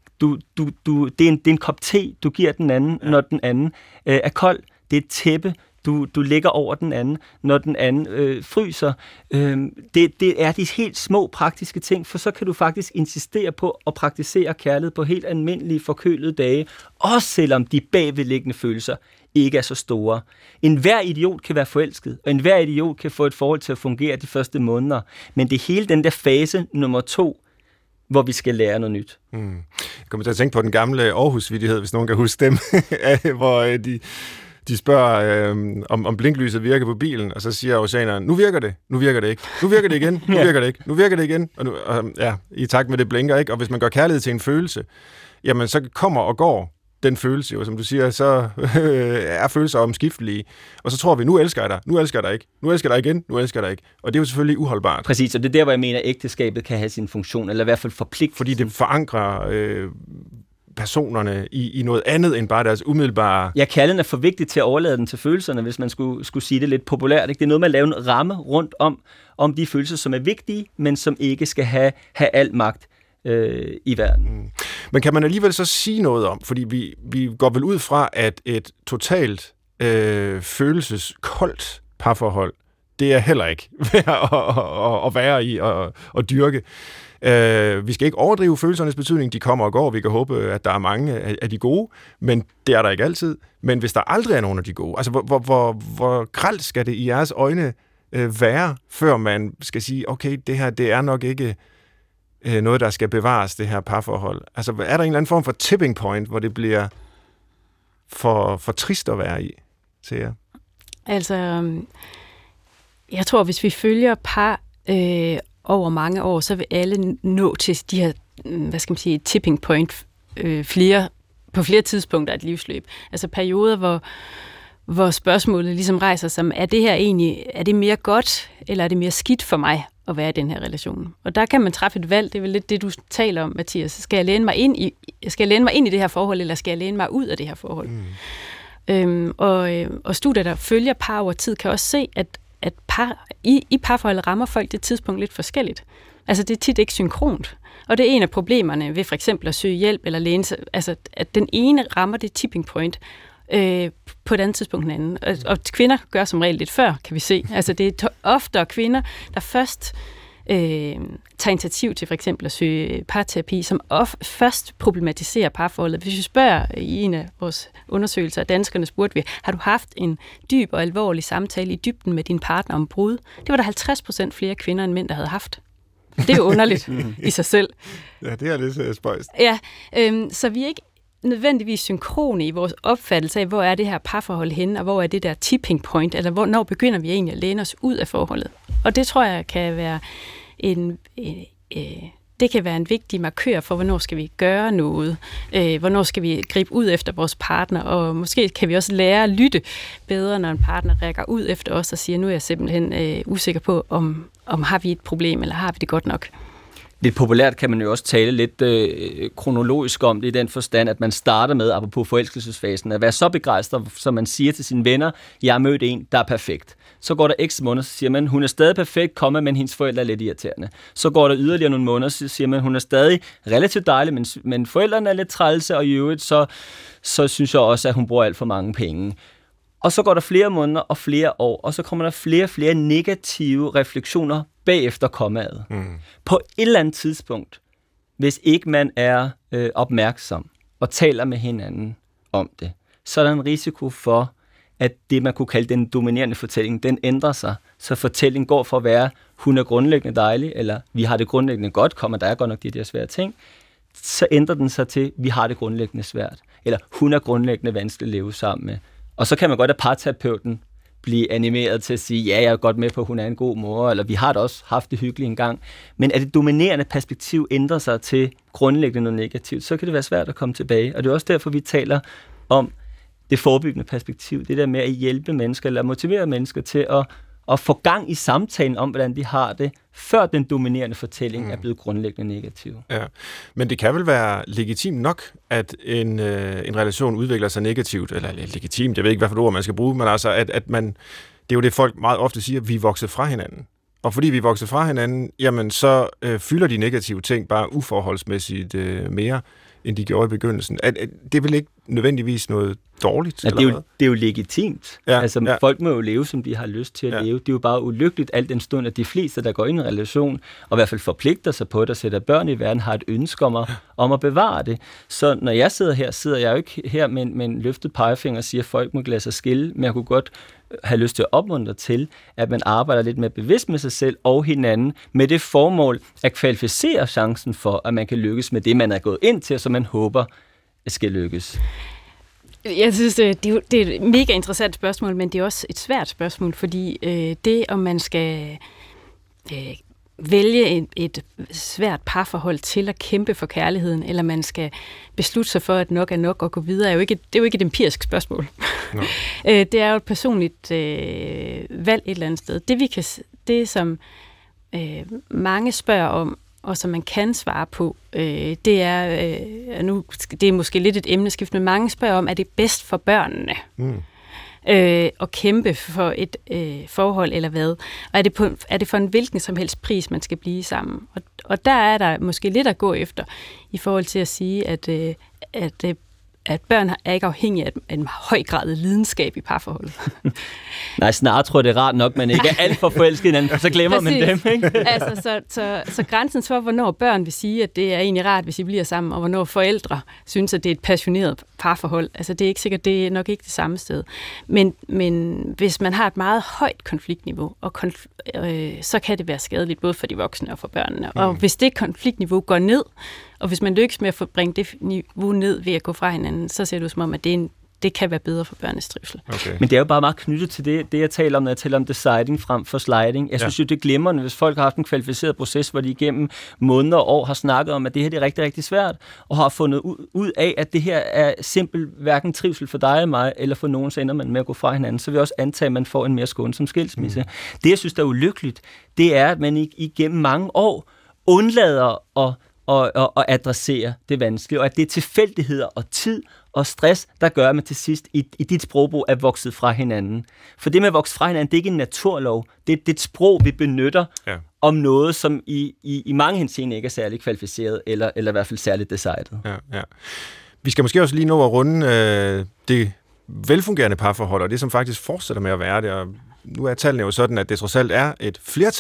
det er en kop te, du giver den anden, når den anden er kold. Det er et tæppe, du lægger over den anden, når den anden fryser. Det er de helt små praktiske ting, for så kan du faktisk insistere på at praktisere kærlighed på helt almindelige forkølede dage, også selvom de bagvedliggende følelser ikke er så store. Enhver idiot kan være forelsket, og enhver idiot kan få et forhold til at fungere de første måneder, men det er hele den der fase nummer 2, hvor vi skal lære noget nyt. Jeg kommer til at tænke på den gamle Aarhus-vittighed, hvis nogen kan huske dem, hvor de spørger, om blinklyset virker på bilen, og så siger oceaneren, nu virker det ikke, nu virker det igen, nu virker det ikke, nu virker det igen, og i takt med det blinker, ikke? Og hvis man gør kærlighed til en følelse, jamen så kommer og går den følelse jo, som du siger, så er følelser omskiftelige, og så tror vi, nu elsker jeg dig, nu elsker jeg dig ikke, nu elsker jeg dig igen, nu elsker jeg dig ikke, og det er jo selvfølgelig uholdbart. Præcis, og det er der, hvor jeg mener, at ægteskabet kan have sin funktion, eller i hvert fald forpligtelse. Fordi det forankrer personerne i noget andet end bare deres umiddelbare... Ja, kærligheden er for vigtig til at overlade den til følelserne, hvis man skulle sige det lidt populært. Ikke? Det er noget med at lave en ramme rundt om de følelser, som er vigtige, men som ikke skal have al magt i verden. Men kan man alligevel så sige noget om, fordi vi går vel ud fra, at et totalt følelseskoldt parforhold, det er heller ikke værd at være i og dyrke. Vi skal ikke overdrive følelsernes betydning, de kommer og går, vi kan håbe, at der er mange af de gode, men det er der ikke altid. Men hvis der aldrig er nogen af de gode, altså hvor grelt skal det i jeres øjne være, før man skal sige, okay, det her, det er nok ikke noget, der skal bevares, det her parforhold. Altså, er der en eller anden form for tipping point, hvor det bliver for trist at være i, til jer? Altså, jeg tror, hvis vi følger par over mange år, så vil alle nå til de her, hvad skal man sige, tipping point på flere tidspunkter af et livsløb. Altså perioder, hvor spørgsmålet ligesom rejser sig, er det her egentlig, er det mere godt, eller er det mere skidt for mig at være i den her relation? Og der kan man træffe et valg, det er vel lidt det, du taler om, Mathias. Skal jeg læne mig ind i det her forhold, eller skal jeg læne mig ud af det her forhold? Og studier, der følger par over tid, kan også se, at par, i parforholdet rammer folk det tidspunkt lidt forskelligt. Altså det er tit ikke synkront. Og det er en af problemerne ved for eksempel at søge hjælp eller læne sig, altså at den ene rammer det tipping point på et andet tidspunkt end anden. Og kvinder gør som regel lidt før, kan vi se. Altså det er oftere kvinder, der først tager initiativ til for eksempel at søge parterapi, som først problematiserer parforholdet. Hvis vi spørger i en af vores undersøgelser af danskerne, spurgte vi, har du haft en dyb og alvorlig samtale i dybden med din partner om brud? Det var der 50% flere kvinder end mænd, der havde haft. Det er jo underligt i sig selv. Ja, det er lidt spøjst. Ja, så vi er ikke nødvendigvis synkrone i vores opfattelse af, hvor er det her parforhold henne, og hvor er det der tipping point, eller hvornår begynder vi egentlig at læne os ud af forholdet. Og det tror jeg kan være det kan være en vigtig markør for, hvornår skal vi gøre noget, hvornår skal vi gribe ud efter vores partner, og måske kan vi også lære at lytte bedre, når en partner rækker ud efter os og siger, nu er jeg simpelthen usikker på, om har vi et problem, eller har vi det godt nok. Lidt populært kan man jo også tale lidt kronologisk om det i den forstand, at man starter med, apropos forelskelsesfasen, at være så begejstret, som man siger til sine venner, jeg har mødt en, der er perfekt. Så går der x måneder, så siger man, hun er stadig perfekt, men hendes forældre er lidt irriterende. Så går der yderligere nogle måneder, så siger man, hun er stadig relativt dejlig, men forældrene er lidt trælse, og i øvrigt, så synes jeg også, at hun bruger alt for mange penge. Og så går der flere måneder og flere år, og så kommer der flere og flere negative refleksioner bagefter kommaet. På et eller andet tidspunkt, hvis ikke man er opmærksom og taler med hinanden om det, så er der en risiko for, at det, man kunne kalde den dominerende fortælling, den ændrer sig. Så fortællingen går fra at være, hun er grundlæggende dejlig, eller vi har det grundlæggende godt, der er godt nok de der svære ting, så ændrer den sig til, vi har det grundlæggende svært, eller hun er grundlæggende vanskelig at leve sammen med. Og så kan man godt af parterapeuten blive animeret til at sige, ja, jeg er godt med på, at hun er en god mor, eller vi har da også haft det hyggeligt engang. Men at det dominerende perspektiv ændrer sig til grundlæggende noget negativt, så kan det være svært at komme tilbage. Og det er også derfor, vi taler om det forebyggende perspektiv, det der med at hjælpe mennesker, eller motivere mennesker til at få gang i samtalen om, hvordan de har det, før den dominerende fortælling er blevet grundlæggende negativ. Ja, men det kan vel være legitimt nok, at en relation udvikler sig negativt, eller legitimt, jeg ved ikke, hvad for et ord man skal bruge, men altså, at man, det er jo det, folk meget ofte siger, vi er vokset fra hinanden. Og fordi vi er vokset fra hinanden, jamen så fylder de negative ting bare uforholdsmæssigt mere, end de gjorde i begyndelsen. Det er vel ikke nødvendigvis noget dårligt? Ja, det er jo legitimt. Ja, altså, folk må jo leve, som de har lyst til at leve. Det er jo bare ulykkeligt, al den stund, at de fleste, der går ind i en relation, og i hvert fald forpligter sig på det, og sætter børn i verden, har et ønske om at bevare det. Så når jeg sidder her, sidder jeg jo ikke her med en løftet pegefinger og siger, at folk må lade sig skille, men jeg kunne godt have lyst til at opmuntre til, at man arbejder lidt mere bevidst med sig selv og hinanden, med det formål at kvalificere chancen for, at man kan lykkes med det, man er gået ind til, og som man håber skal lykkes. Jeg synes, det er et mega interessant spørgsmål, men det er også et svært spørgsmål, fordi det, om man skal vælge et svært parforhold til at kæmpe for kærligheden, eller man skal beslutte sig for, at nok er nok og gå videre, det er jo ikke et empirisk spørgsmål. No. Det er jo et personligt valg et eller andet sted. Det som mange spørger om, og som man kan svare på, det er måske lidt et emneskift, men mange spørger om, er det bedst for børnene at kæmpe for et forhold eller hvad? Og er det for en hvilken som helst pris, man skal blive sammen? Og der er der måske lidt at gå efter, i forhold til at sige, at børn er ikke afhængige af en høj grad af lidenskab i parforholdet. Nej, snart tror jeg, det er rart nok, man ikke er alt for forelsket hinanden, så glemmer man dem, ikke? Altså, så grænsen for, hvornår børn vil sige, at det er egentlig rart, hvis I bliver sammen, og hvornår forældre synes, at det er et passioneret parforhold, altså det er ikke sikkert, det er nok ikke det samme sted. Men hvis man har et meget højt konfliktniveau, så kan det være skadeligt, både for de voksne og for børnene. Og hvis det konfliktniveau går ned, og hvis man lykkes med at få bringe det niveau ned ved at gå fra hinanden, så ser det ud som om, at det kan være bedre for børnenes trivsel. Okay. Men det er jo bare meget knyttet til det jeg taler om, når jeg taler om deciding frem for sliding. Jeg synes jo, det er glimrende, hvis folk har haft en kvalificeret proces, hvor de igennem måneder og år har snakket om, at det her det er rigtig, rigtig svært, og har fundet ud af, at det her er simpelt hverken trivsel for dig og mig, eller for nogen, så ender man med at gå fra hinanden. Så vil jeg også antage, at man får en mere skånsom skilsmisse. Det, jeg synes, der er ulykkeligt, det er, at man igennem mange år undlader at adressere det vanskelige, og at det er tilfældigheder og tid og stress, der gør, at man til sidst i dit sprogbrug er vokset fra hinanden. For det med at vokse fra hinanden, det er ikke en naturlov. Det er et sprog, vi benytter om noget, som i mange henseender ikke er særlig kvalificeret, eller i hvert fald særligt decided. Ja. Vi skal måske også lige nå at runde det velfungerende parforhold, og det som faktisk fortsætter med at være det. Og nu er tallene jo sådan, at det trods alt er et flertal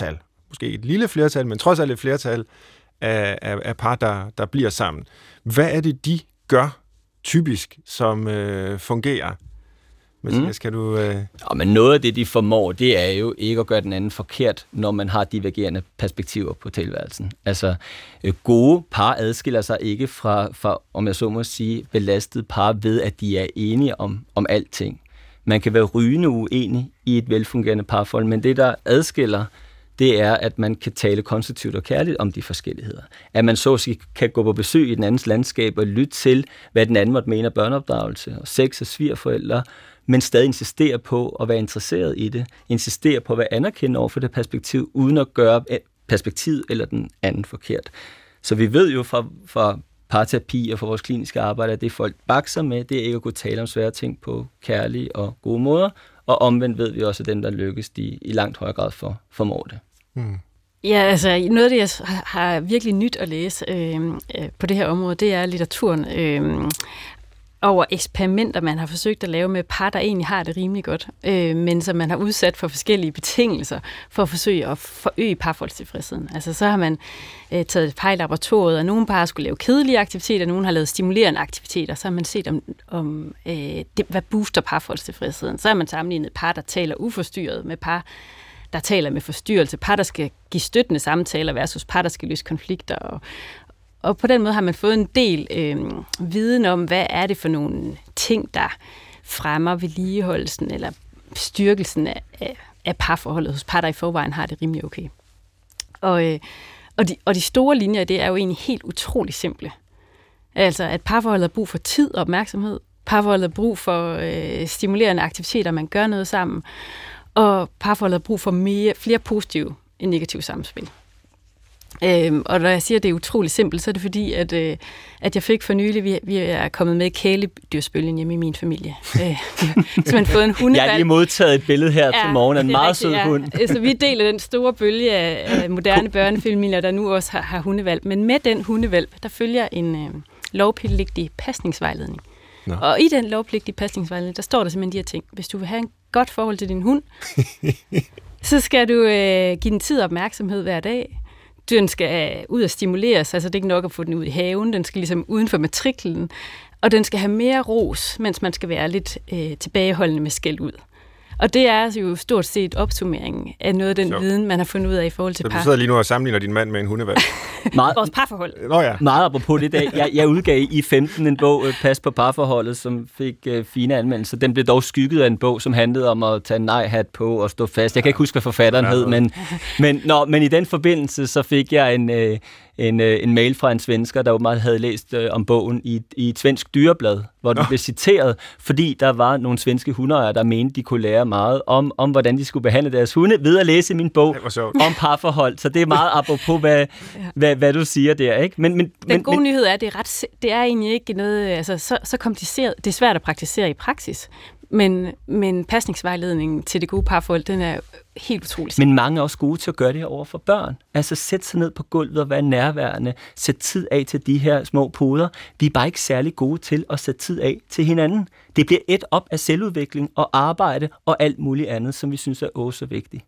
måske et lille flertal, men trods alt et flertal af par, der bliver sammen. Hvad er det, de gør typisk, som fungerer? Mathias, kan du... Ja, men noget af det, de formår, det er jo ikke at gøre den anden forkert, når man har divergerende perspektiver på tilværelsen. Altså, gode par adskiller sig ikke fra, om jeg så må sige, belastede par ved, at de er enige om alting. Man kan være rygende uenig i et velfungerende parforhold, men det, der adskiller, det er, at man kan tale konstruktivt og kærligt om de forskelligheder. At man så kan gå på besøg i den andens landskab og lytte til, hvad den anden måtte mene af børneopdragelse og sex og svigerforældre, men stadig insistere på at være interesseret i det, insistere på at være anerkendt over for det perspektiv, uden at gøre perspektivet eller den anden forkert. Så vi ved jo fra parterapi og fra vores kliniske arbejde, at det folk bakser med, det er ikke at kunne tale om svære ting på kærlige og gode måder, og omvendt ved vi også, at dem, der lykkes, de i langt højere grad formår det. Ja, altså noget af det, jeg har virkelig nyt at læse på det her område, det er litteraturen over eksperimenter, man har forsøgt at lave med par, der egentlig har det rimelig godt, men som man har udsat for forskellige betingelser for at forsøge at forøge parforholdstilfredsheden. Altså så har man taget et par i laboratoriet, og nogle par skulle lave kedelige aktiviteter, nogle har lavet stimulerende aktiviteter, så har man set om hvad booster parforholdstilfredsheden. Så har man sammenlignet par, der taler uforstyrret med par, der taler med forstyrrelse, par, der skal give støttende samtaler versus par, der skal løse konflikter. Og på den måde har man fået en del viden om, hvad er det for nogle ting, der fremmer vedligeholdelsen eller styrkelsen af parforholdet hos par, der i forvejen har det rimelig okay. Og de store linjer i det er jo egentlig helt utrolig simple. Altså, at parforholdet har brug for tid og opmærksomhed. Parforholdet har brug for stimulerende aktiviteter, man gør noget sammen. Og parforholdet har brug for flere positive end negative samspil. Og når jeg siger, at det er utrolig simpelt, så er det fordi, at jeg fik for nylig, vi er kommet med kæledyrsbølgen hjemme i min familie. Så man fået en hundevalg. Jeg har lige modtaget et billede her til morgen af en meget sød hund. Så vi deler den store bølge af moderne børnefamilier, der nu også har hundevalg. Men med den hundevalg, der følger en lovpligtig pasningsvejledning. No. Og i den lovpligtige pasningsvejledning, der står der simpelthen de her ting. Hvis du vil have en godt forhold til din hund, så skal du give den tid og opmærksomhed hver dag. Den skal ud og stimuleres, altså det er ikke nok at få den ud i haven, den skal ligesom uden for matriklen, og den skal have mere ros, mens man skal være lidt tilbageholdende med skæld ud. Og det er jo stort set opsummeringen af noget af den viden, man har fundet ud af i forhold til par. Så du sidder lige nu og sammenligner din mand med en hundevalg? Vores parforhold. Nå ja. Meget apropos det dag. Jeg udgav i 15 en bog, Pas på parforholdet, som fik fine anmeldelser. Den blev dog skygget af en bog, som handlede om at tage en nej-hat på og stå fast. Jeg kan ikke huske, hvad forfatteren hed, men i den forbindelse så fik jeg en mail fra en svensker, der åbenbart havde læst om bogen i et svensk dyreblad, hvor den blev citeret, fordi der var nogle svenske hundeejere, der mente, de kunne lære meget om hvordan de skulle behandle deres hunde, ved at læse min bog om parforhold. Så det er meget apropos, hvad du siger der, ikke? Den gode nyhed er, at det er egentlig ikke noget så kompliceret. Det er svært at praktisere i praksis. Men pasningsvejledningen til det gode parforhold, den er helt utrolig. Men mange er også gode til at gøre det her over for børn. Altså sæt sig ned på gulvet og være nærværende. Sæt tid af til de her små poder. Vi er bare ikke særlig gode til at sætte tid af til hinanden. Det bliver et op af selvudvikling og arbejde og alt muligt andet, som vi synes er også vigtigt.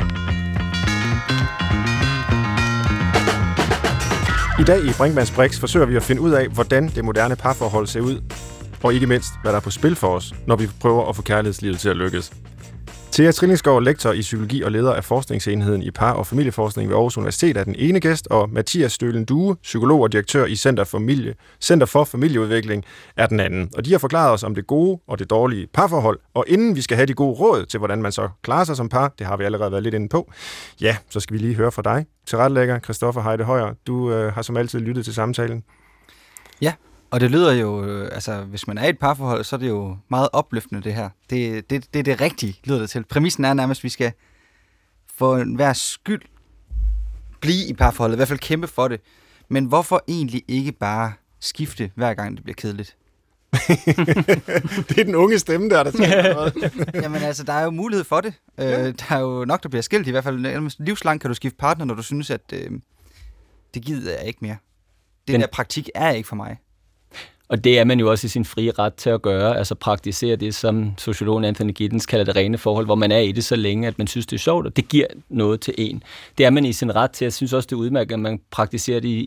I dag i Brinkmanns Brix forsøger vi at finde ud af, hvordan det moderne parforhold ser ud, og ikke mindst, hvad der er på spil for os, når vi prøver at få kærlighedslivet til at lykkes. Thea Trillingsgaard, lektor i psykologi og leder af forskningsenheden i par- og familieforskning ved Aarhus Universitet, er den ene gæst, og Mathias Stølen Due, psykolog og direktør i Center for Familieudvikling, er den anden. Og de har forklaret os om det gode og det dårlige parforhold, og inden vi skal have de gode råd til, hvordan man så klarer sig som par, det har vi allerede været lidt inde på, ja, så skal vi lige høre fra dig. Tilrettelægger Christoffer Heide Højer, du har som altid lyttet til samtalen. Ja. Og det lyder jo, hvis man er i et parforhold, så er det jo meget opløftende, det her. Det er det rigtige, lyder det til. Præmissen er nærmest, at vi skal for enhver skyld blive i parforholdet, i hvert fald kæmpe for det. Men hvorfor egentlig ikke bare skifte, hver gang det bliver kedeligt? Det er den unge stemme der taler noget. Jamen der er jo mulighed for det. Der er jo nok, der bliver skilt. I hvert fald livslang kan du skifte partner, når du synes, at det gider jeg ikke mere. Den der praktik er ikke for mig. Og det er man jo også i sin frie ret til at gøre, altså praktisere det, som sociologen Anthony Giddens kalder det rene forhold, hvor man er i det så længe, at man synes, det er sjovt, og det giver noget til en. Det er man i sin ret til. Jeg synes også, det er udmærket, at man praktiserer det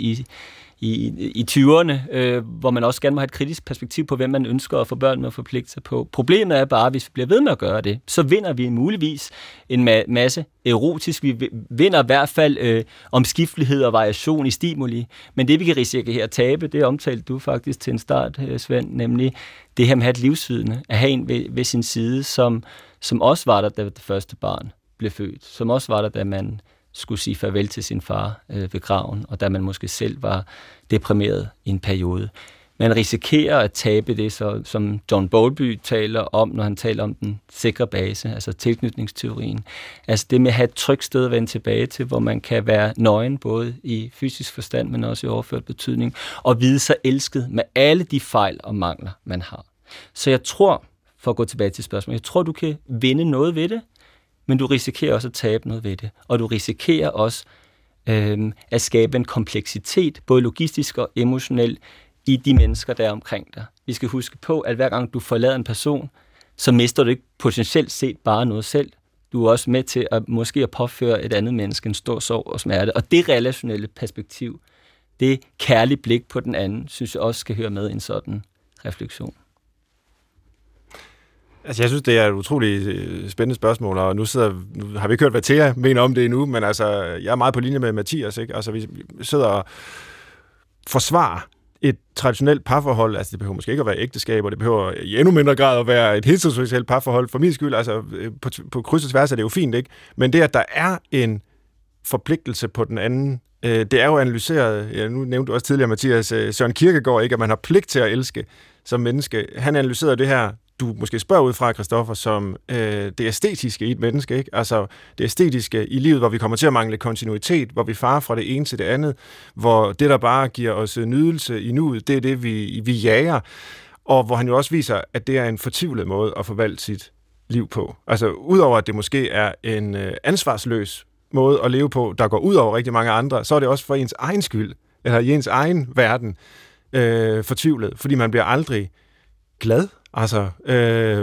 i 20'erne, hvor man også gerne må have et kritisk perspektiv på, hvem man ønsker at få børn med at forpligte sig på. Problemet er bare, at hvis vi bliver ved med at gøre det, så vinder vi muligvis en masse erotisk. Vi vinder i hvert fald omskiftelighed og variation i stimuli. Men det, vi kan risikere her at tabe, det omtalte du faktisk til en start, Svend, nemlig det her med at have et livsvidne, at have en ved sin side, som også var der, da det første barn blev født, som også var der, da man skulle sige farvel til sin far ved graven, og da man måske selv var deprimeret i en periode. Man risikerer at tabe det, som John Bowlby taler om, når han taler om den sikre base, altså tilknytningsteorien. Altså det med at have et trygt sted at vende tilbage til, hvor man kan være nøgen, både i fysisk forstand, men også i overført betydning, og vide sig elsket med alle de fejl og mangler, man har. Så jeg tror, for at gå tilbage til spørgsmålet, jeg tror, du kan vinde noget ved det, men du risikerer også at tabe noget ved det. Og du risikerer også at skabe en kompleksitet, både logistisk og emotionel, i de mennesker, der er omkring dig. Vi skal huske på, at hver gang du forlader en person, så mister du ikke potentielt set bare noget selv. Du er også med til at måske at påføre et andet menneske en stor sorg og smerte. Og det relationelle perspektiv, det kærlige blik på den anden, synes jeg også skal høre med i en sådan refleksion. Altså, jeg synes, det er et utroligt spændende spørgsmål, og nu har vi ikke hørt, hvad Thea mener om det endnu, men altså, jeg er meget på linje med Mathias, ikke? Altså, vi sidder og forsvarer et traditionelt parforhold, altså det behøver måske ikke at være ægteskab, og det behøver i endnu mindre grad at være et heteroseksuelt parforhold, for min skyld, altså på kryds og tværs er det jo fint, ikke? Men det, at der er en forpligtelse på den anden, det er jo analyseret, ja, nu nævnte du også tidligere, Mathias, Søren Kierkegaard, ikke? At man har pligt til at elske som menneske. Han analyserede det her, du måske spørger ud fra, Christoffer, som det æstetiske i et menneske, ikke? Altså det æstetiske i livet, hvor vi kommer til at mangle kontinuitet, hvor vi farer fra det ene til det andet, hvor det, der bare giver os nydelse i nuet, det er det, vi jager, og hvor han jo også viser, at det er en fortvivlet måde at forvalte sit liv på. Altså udover at det måske er en ansvarsløs måde at leve på, der går ud over rigtig mange andre, så er det også for ens egen skyld, eller i ens egen verden, fortvivlet, fordi man bliver aldrig glad. Altså, der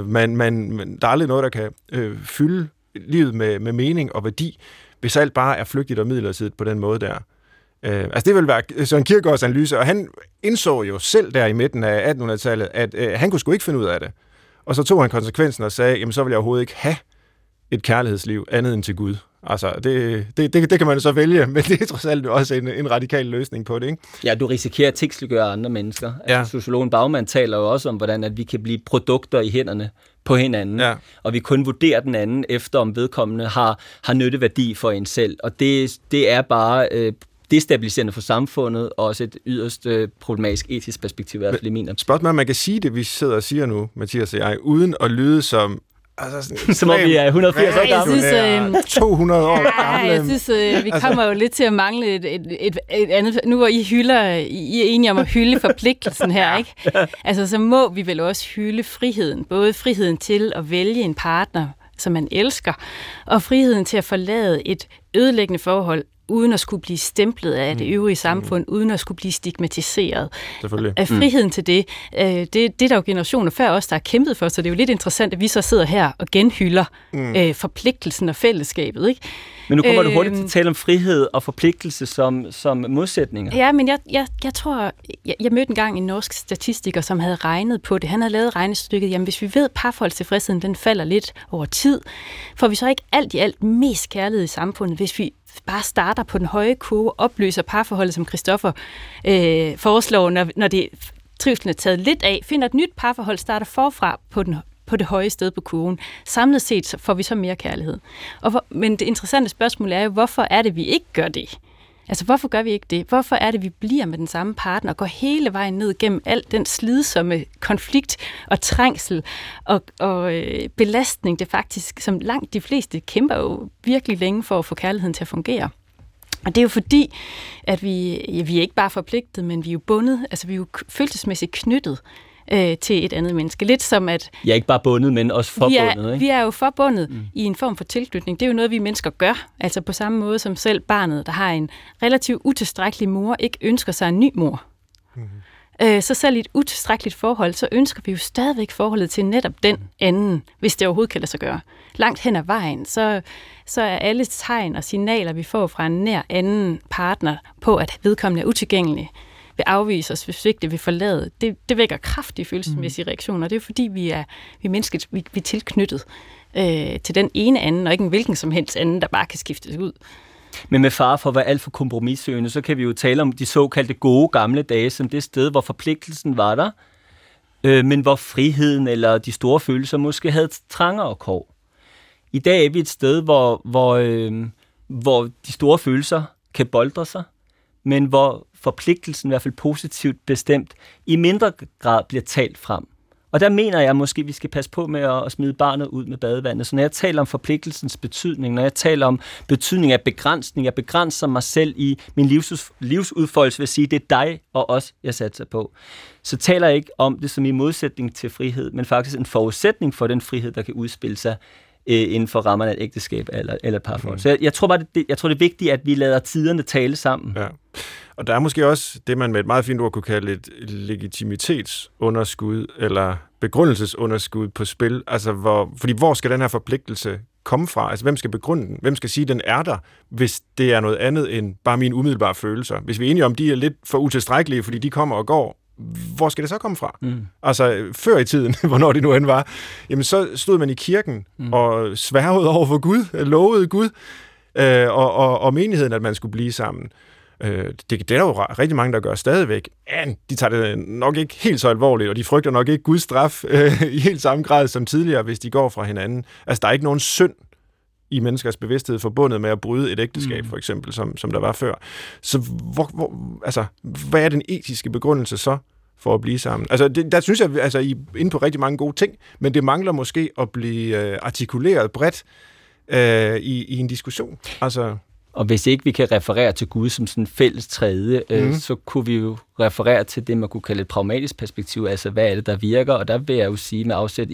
er aldrig noget, der kan fylde livet med mening og værdi, hvis alt bare er flygtigt og midlertidigt på den måde der. Altså, det vil være Søren Kierkegaards analyse, og han indså jo selv der i midten af 1800-tallet, at han kunne sgu ikke finde ud af det. Og så tog han konsekvensen og sagde, jamen så vil jeg overhovedet ikke have et kærlighedsliv andet end til Gud. Altså, det kan man så vælge, men det er trods alt også en radikal løsning på det, ikke? Ja, du risikerer at tekstliggøre andre mennesker. Ja. Altså, sociologen Baumann taler jo også om, hvordan at vi kan blive produkter i hænderne på hinanden, ja. Og vi kun vurderer den anden efter, om vedkommende har nytteværdi for en selv. Og det er bare destabiliserende for samfundet, og også et yderst problematisk etisk perspektiv, i hvert fald i min optik. Spørgsmålet, man kan sige det, vi sidder og siger nu, Mathias og jeg, uden at lyde som som om vi er 180 år gamle. 200 år gamle. Jeg synes, vi kommer jo lidt til at mangle et andet. Nu hvor I er enige om at hylde forpligtelsen her, ikke? Altså, så må vi vel også hylde friheden. Både friheden til at vælge en partner, som man elsker, og friheden til at forlade et ødelæggende forhold, uden at skulle blive stemplet af det øvrige samfund, uden at skulle blive stigmatiseret. Selvfølgelig. Friheden til det, det er der jo generationer før os, der har kæmpet for, så det er jo lidt interessant, at vi så sidder her og genhylder forpligtelsen og fællesskabet, ikke? Men nu kommer du hurtigt til at tale om frihed og forpligtelse som modsætninger. Ja, men jeg tror, jeg mødte engang en norsk statistiker, som havde regnet på det. Han havde lavet regnestykket, jamen hvis vi ved, at parforholdstilfredsheden den falder lidt over tid, får vi så ikke alt i alt mest kærlighed i samfundet, hvis vi bare starter på den høje kurve, opløser parforholdet, som Christoffer foreslår, når det trivselen er taget lidt af, finder et nyt parforhold, starter forfra på det høje sted på kurven. Samlet set så får vi så mere kærlighed. Men det interessante spørgsmål er jo, hvorfor er det, vi ikke gør det? Altså, hvorfor gør vi ikke det? Hvorfor er det, vi bliver med den samme partner og går hele vejen ned gennem alt den slidsomme konflikt og trængsel og belastning, det faktisk, som langt de fleste kæmper jo virkelig længe for at få kærligheden til at fungere. Og det er jo fordi, at vi er ikke bare forpligtet, men vi er jo bundet, altså vi er jo følelsesmæssigt knyttet til et andet menneske. Lidt som at... Jeg er ikke bare bundet, men også forbundet, ikke? Vi er jo forbundet i en form for tilknytning. Det er jo noget, vi mennesker gør. Altså på samme måde som selv barnet, der har en relativt utilstrækkelig mor, ikke ønsker sig en ny mor. Så selv i et utilstrækkeligt forhold, så ønsker vi jo stadigvæk forholdet til netop den anden, hvis det overhovedet kan lade sig gøre. Langt hen ad vejen, så er alle tegn og signaler, vi får fra en nær anden partner på, at vedkommende er utilgængelig, vil afvise os, hvis ikke det vil forlade. Det vækker kraftige følelsesmæssige reaktioner. Det er jo fordi, vi er mennesket, vi er tilknyttet til den ene anden, og ikke en hvilken som helst anden, der bare kan skiftes ud. Men med fare for at være alt for kompromissøgende, så kan vi jo tale om de såkaldte gode gamle dage, som det sted, hvor forpligtelsen var der, men hvor friheden eller de store følelser måske havde trangere kår. I dag er vi et sted, hvor de store følelser kan boldre sig, men hvor forpligtelsen, i hvert fald positivt bestemt, i mindre grad bliver talt frem. Og der mener jeg måske, at vi skal passe på med at smide barnet ud med badevandet. Så når jeg taler om forpligtelsens betydning, når jeg taler om betydning af begrænsning, jeg begrænser mig selv i min livsudfoldelse, vil sige, det er dig og os, jeg satser på. Så taler jeg ikke om det som i modsætning til frihed, men faktisk en forudsætning for den frihed, der kan udspille sig inden for rammerne af et ægteskab eller et parforhold. Så jeg tror bare, det er vigtigt, at vi lader tiderne tale sammen. Ja. Og der er måske også det, man med et meget fint ord kunne kalde et legitimitetsunderskud eller begrundelsesunderskud på spil. Altså, fordi hvor skal den her forpligtelse komme fra? Altså, hvem skal begrunde den? Hvem skal sige, at den er der, hvis det er noget andet end bare mine umiddelbare følelser? Hvis vi er enige om, de er lidt for utilstrækkelige, fordi de kommer og går, hvor skal det så komme fra? Altså, før i tiden, hvornår det nu end var, jamen så stod man i kirken og sværgede over for Gud, lovede Gud og menigheden, at man skulle blive sammen. Det er der jo rigtig mange, der gør stadigvæk. Men de tager det nok ikke helt så alvorligt, og de frygter nok ikke Guds straf i helt samme grad som tidligere, hvis de går fra hinanden. Altså, der er ikke nogen synd i menneskers bevidsthed forbundet med at bryde et ægteskab, for eksempel, som der var før. Så hvad er den etiske begrundelse så for at blive sammen? Altså, der synes jeg, altså, I er inde på rigtig mange gode ting, men det mangler måske at blive artikuleret bredt i en diskussion. Altså... Og hvis ikke vi kan referere til Gud som sådan en fælles tredje, så kunne vi jo referere til det, man kunne kalde et pragmatisk perspektiv, altså hvad er det, der virker, og der vil jeg jo sige med afsæt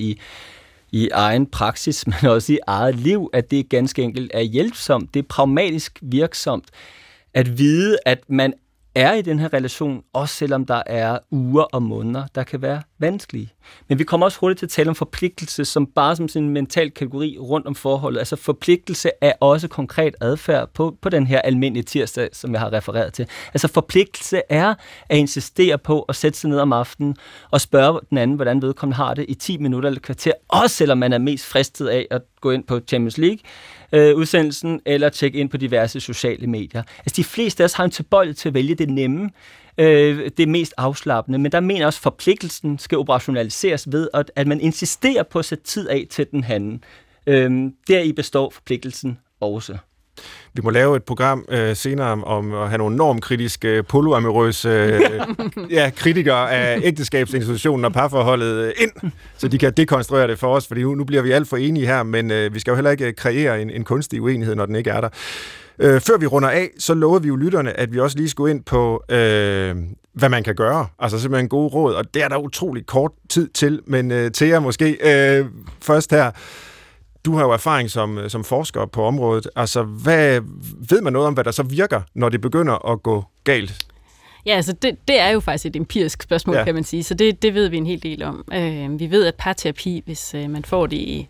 i egen praksis, men også i eget liv, at det ganske enkelt er hjælpsomt, det er pragmatisk virksomt, at vide, at man er i den her relation, også selvom der er uger og måneder, der kan være vanskelige. Men vi kommer også hurtigt til at tale om forpligtelse, som bare som sådan en mental kategori rundt om forholdet. Altså forpligtelse er også konkret adfærd på den her almindelige tirsdag, som jeg har refereret til. Altså forpligtelse er at insistere på at sætte sig ned om aftenen og spørge den anden, hvordan vedkommende har det i 10 minutter eller kvarter, også selvom man er mest fristet af at gå ind på Champions League udsendelsen eller tjekke ind på diverse sociale medier. Altså de fleste af os har en tilbøjelighed til at vælge det nemme, det mest afslappende, men der mener også, at forpligtelsen skal operationaliseres ved, at man insisterer på at sætte tid af til den anden. Deri består forpligtelsen også. Vi må lave et program senere om at have nogle normkritiske, polyamorøse kritikere af ægteskabsinstitutionen og parforholdet ind, så de kan dekonstruere det for os, fordi nu bliver vi alt for enige her, men vi skal jo heller ikke kreere en kunstig uenighed, når den ikke er der. Før vi runder af, så lovede vi jo lytterne, at vi også lige skulle ind på, hvad man kan gøre. Altså simpelthen gode råd, og det er der utrolig kort tid til, men til jer måske først her. Du har jo erfaring som forsker på området. Altså, ved man noget om, hvad der så virker, når det begynder at gå galt? Ja, altså det er jo faktisk et empirisk spørgsmål, kan man sige, så det ved vi en hel del om. Vi ved, at parterapi, hvis man får det i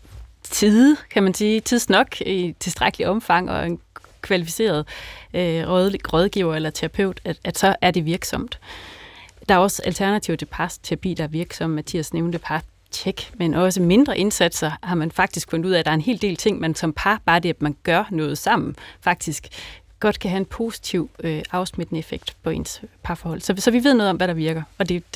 tide, kan man sige, tidsnok, i tilstrækkelig omfang, og en kvalificeret rådgiver eller terapeut, at så er det virksomt. Der er også alternativer til parterapi, der er virksomme. Mathias nævnte partcheck, men også mindre indsatser har man faktisk fundet ud af, at der er en hel del ting, man som par, bare det, at man gør noget sammen, faktisk godt kan have en positiv afsmittende effekt på ens parforhold. Så vi ved noget om, hvad der virker,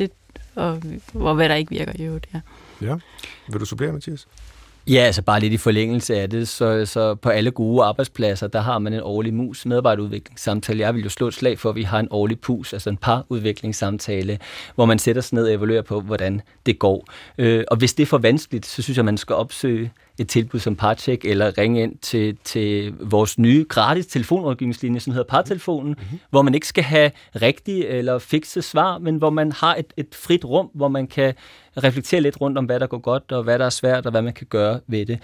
og hvad der ikke virker i øvrigt. Ja. Vil du supplere, Mathias? Ja, altså bare lidt i forlængelse af det, så på alle gode arbejdspladser, der har man en årlig mus medarbejderudviklingssamtale. Jeg vil jo slå et slag for, at vi har en årlig PUS, altså en parudviklingssamtale, hvor man sætter sig ned og evaluerer på, hvordan det går. Og hvis det er for vanskeligt, så synes jeg, man skal opsøge et tilbud som Partcheck, eller ringe ind til vores nye gratis telefonrådgivningslinje, som hedder Partelefonen, hvor man ikke skal have rigtige eller fikse svar, men hvor man har et frit rum, hvor man kan reflektere lidt rundt om, hvad der går godt, og hvad der er svært, og hvad man kan gøre ved det.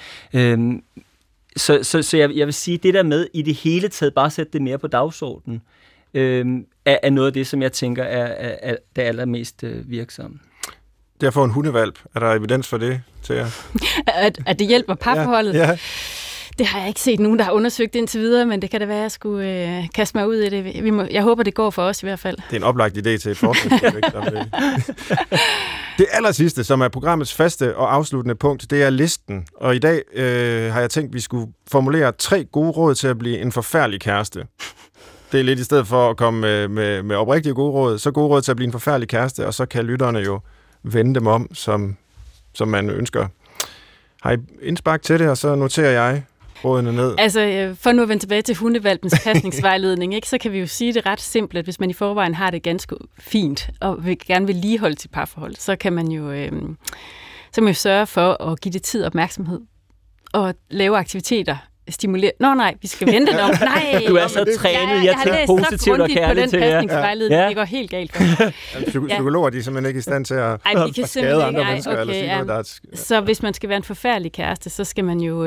Så jeg vil sige, det der med i det hele taget bare sætte det mere på dagsordenen, er noget af det, som jeg tænker er det allermest virksomme. Det at få en hundevalp, er der evidens for det til jer? At det hjælper parforholdet? Ja. Det har jeg ikke set nogen, der har undersøgt indtil videre, men det kan da være, at jeg skulle kaste mig ud i det. Jeg håber, det går for os i hvert fald. Det er en oplagt idé til et forskningsprojekt. Det allersidste, som er programmets faste og afsluttende punkt, det er listen. Og i dag har jeg tænkt, at vi skulle formulere 3 gode råd til at blive en forfærdelig kæreste. Det er lidt i stedet for at komme med oprigtige gode råd, så gode råd til at blive en forfærdelig kæreste, og så kan lytterne jo vende dem om, som man ønsker. Har I indspark til det, og så noterer jeg rådene ned? Altså, for nu at vende tilbage til hundevalpens pasningsvejledning, ikke, så kan vi jo sige det ret simpelt, at hvis man i forvejen har det ganske fint, og gerne vil ligeholde sit parforhold, så kan man jo sørge for at give det tid og opmærksomhed, og lave aktiviteter, stimulere. Nej, vi skal vente om. Nej, du er så trænet, jeg tænker positivt og kærligt til jer. Jeg har læst så grundigt på den pasningsvejledning, det går helt galt for. Psykologer, de er simpelthen ikke i stand til at skade andre mennesker, okay, eller sige noget, der er... Så hvis man skal være en forfærdelig kæreste, så skal man jo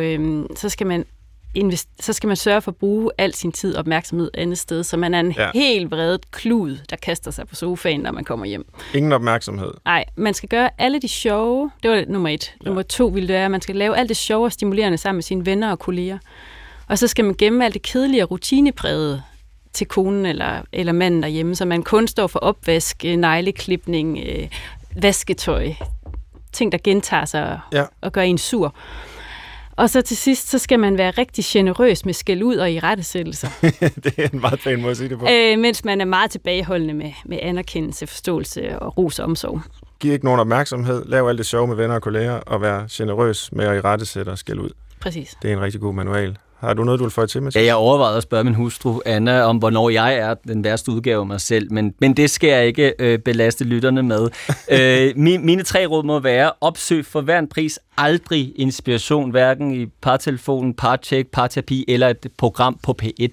så skal man sørge for at bruge al sin tid og opmærksomhed andet sted, så man er en helt vredet klud, der kaster sig på sofaen, når man kommer hjem. Ingen opmærksomhed. Nej, man skal gøre alle de sjove, det var nummer 1. Nummer 2 ville det være, at man skal lave alt det sjove og stimulerende sammen med sine venner og kolleger. Og så skal man gemme alt det kedelige og rutineprægede til konen eller manden derhjemme, så man kun står for opvask, negleklipning, vasketøj, ting, der gentager sig og gør en sur. Og så til sidst, så skal man være rigtig generøs med skæld ud og irettesættelser. Det er en meget pæn måde at sige det på. Mens man er meget tilbageholdende med anerkendelse, forståelse og ros og omsorg. Giv ikke nogen opmærksomhed, lav alt det sjove med venner og kolleger, og vær generøs med at irettesætte og skæld ud. Præcis. Det er en rigtig god manual. Har du noget, du vil føre til, Mathias? Ja, jeg overvejede at spørge min hustru, Anna, om hvornår jeg er den værste udgave af mig selv, men det skal jeg ikke belaste lytterne med. Mine 3 råd må være: opsøg for hver en pris aldrig inspiration, hverken i partelefonen, partcheck, parterapi eller et program på P1.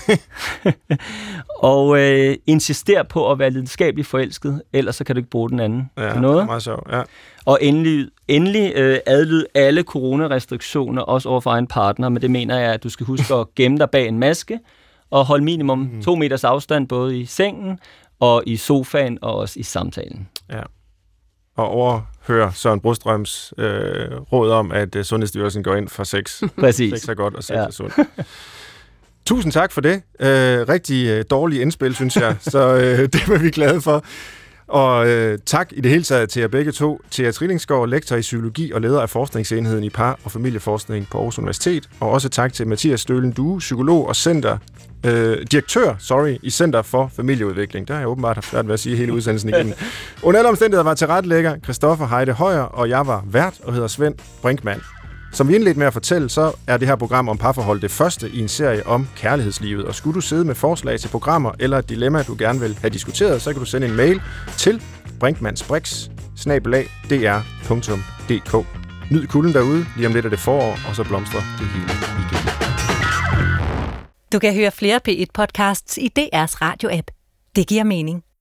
Og insister på at være lidenskabeligt forelsket, ellers så kan du ikke bruge den anden. Ja, noget. Det er meget sjovt, ja. Og endelig adlyd alle coronarestriktioner, også over for egen partner, men det mener jeg, at du skal huske at gemme dig bag en maske, og holde minimum 2 meters afstand, både i sengen og i sofaen, og også i samtalen. Ja. Og overhør Søren Brostrøms råd om, at Sundhedsstyrelsen går ind for sex. Præcis. Sex er godt, og sex er sundt. Tusind tak for det. Rigtig dårlig indspil, synes jeg, så det var vi glade for. Og tak i det hele taget til jer begge to. Thea Trillingsgaard, lektor i psykologi og leder af forskningsenheden i par- og familieforskning på Aarhus Universitet. Og også tak til Mathias Stølen Due, psykolog og direktør i Center for Familieudvikling. Der har jeg åbenbart haft svært ved at sige hele udsendelsen igennem. Under alle omstændigheder var tilrettelægger Christoffer Heide Højer, og jeg var vært og hedder Svend Brinkmann. Som vi indledte med at fortælle, så er det her program om parforhold det første i en serie om kærlighedslivet. Og skulle du sidde med forslag til programmer eller et dilemma, du gerne vil have diskuteret, så kan du sende en mail til brinkmannsbrix@dr.dk. Nyd kulden derude, lige om lidt er det forår, og så blomstrer det hele igen. Du kan høre flere P1-podcasts i DR's radio-app. Det giver mening.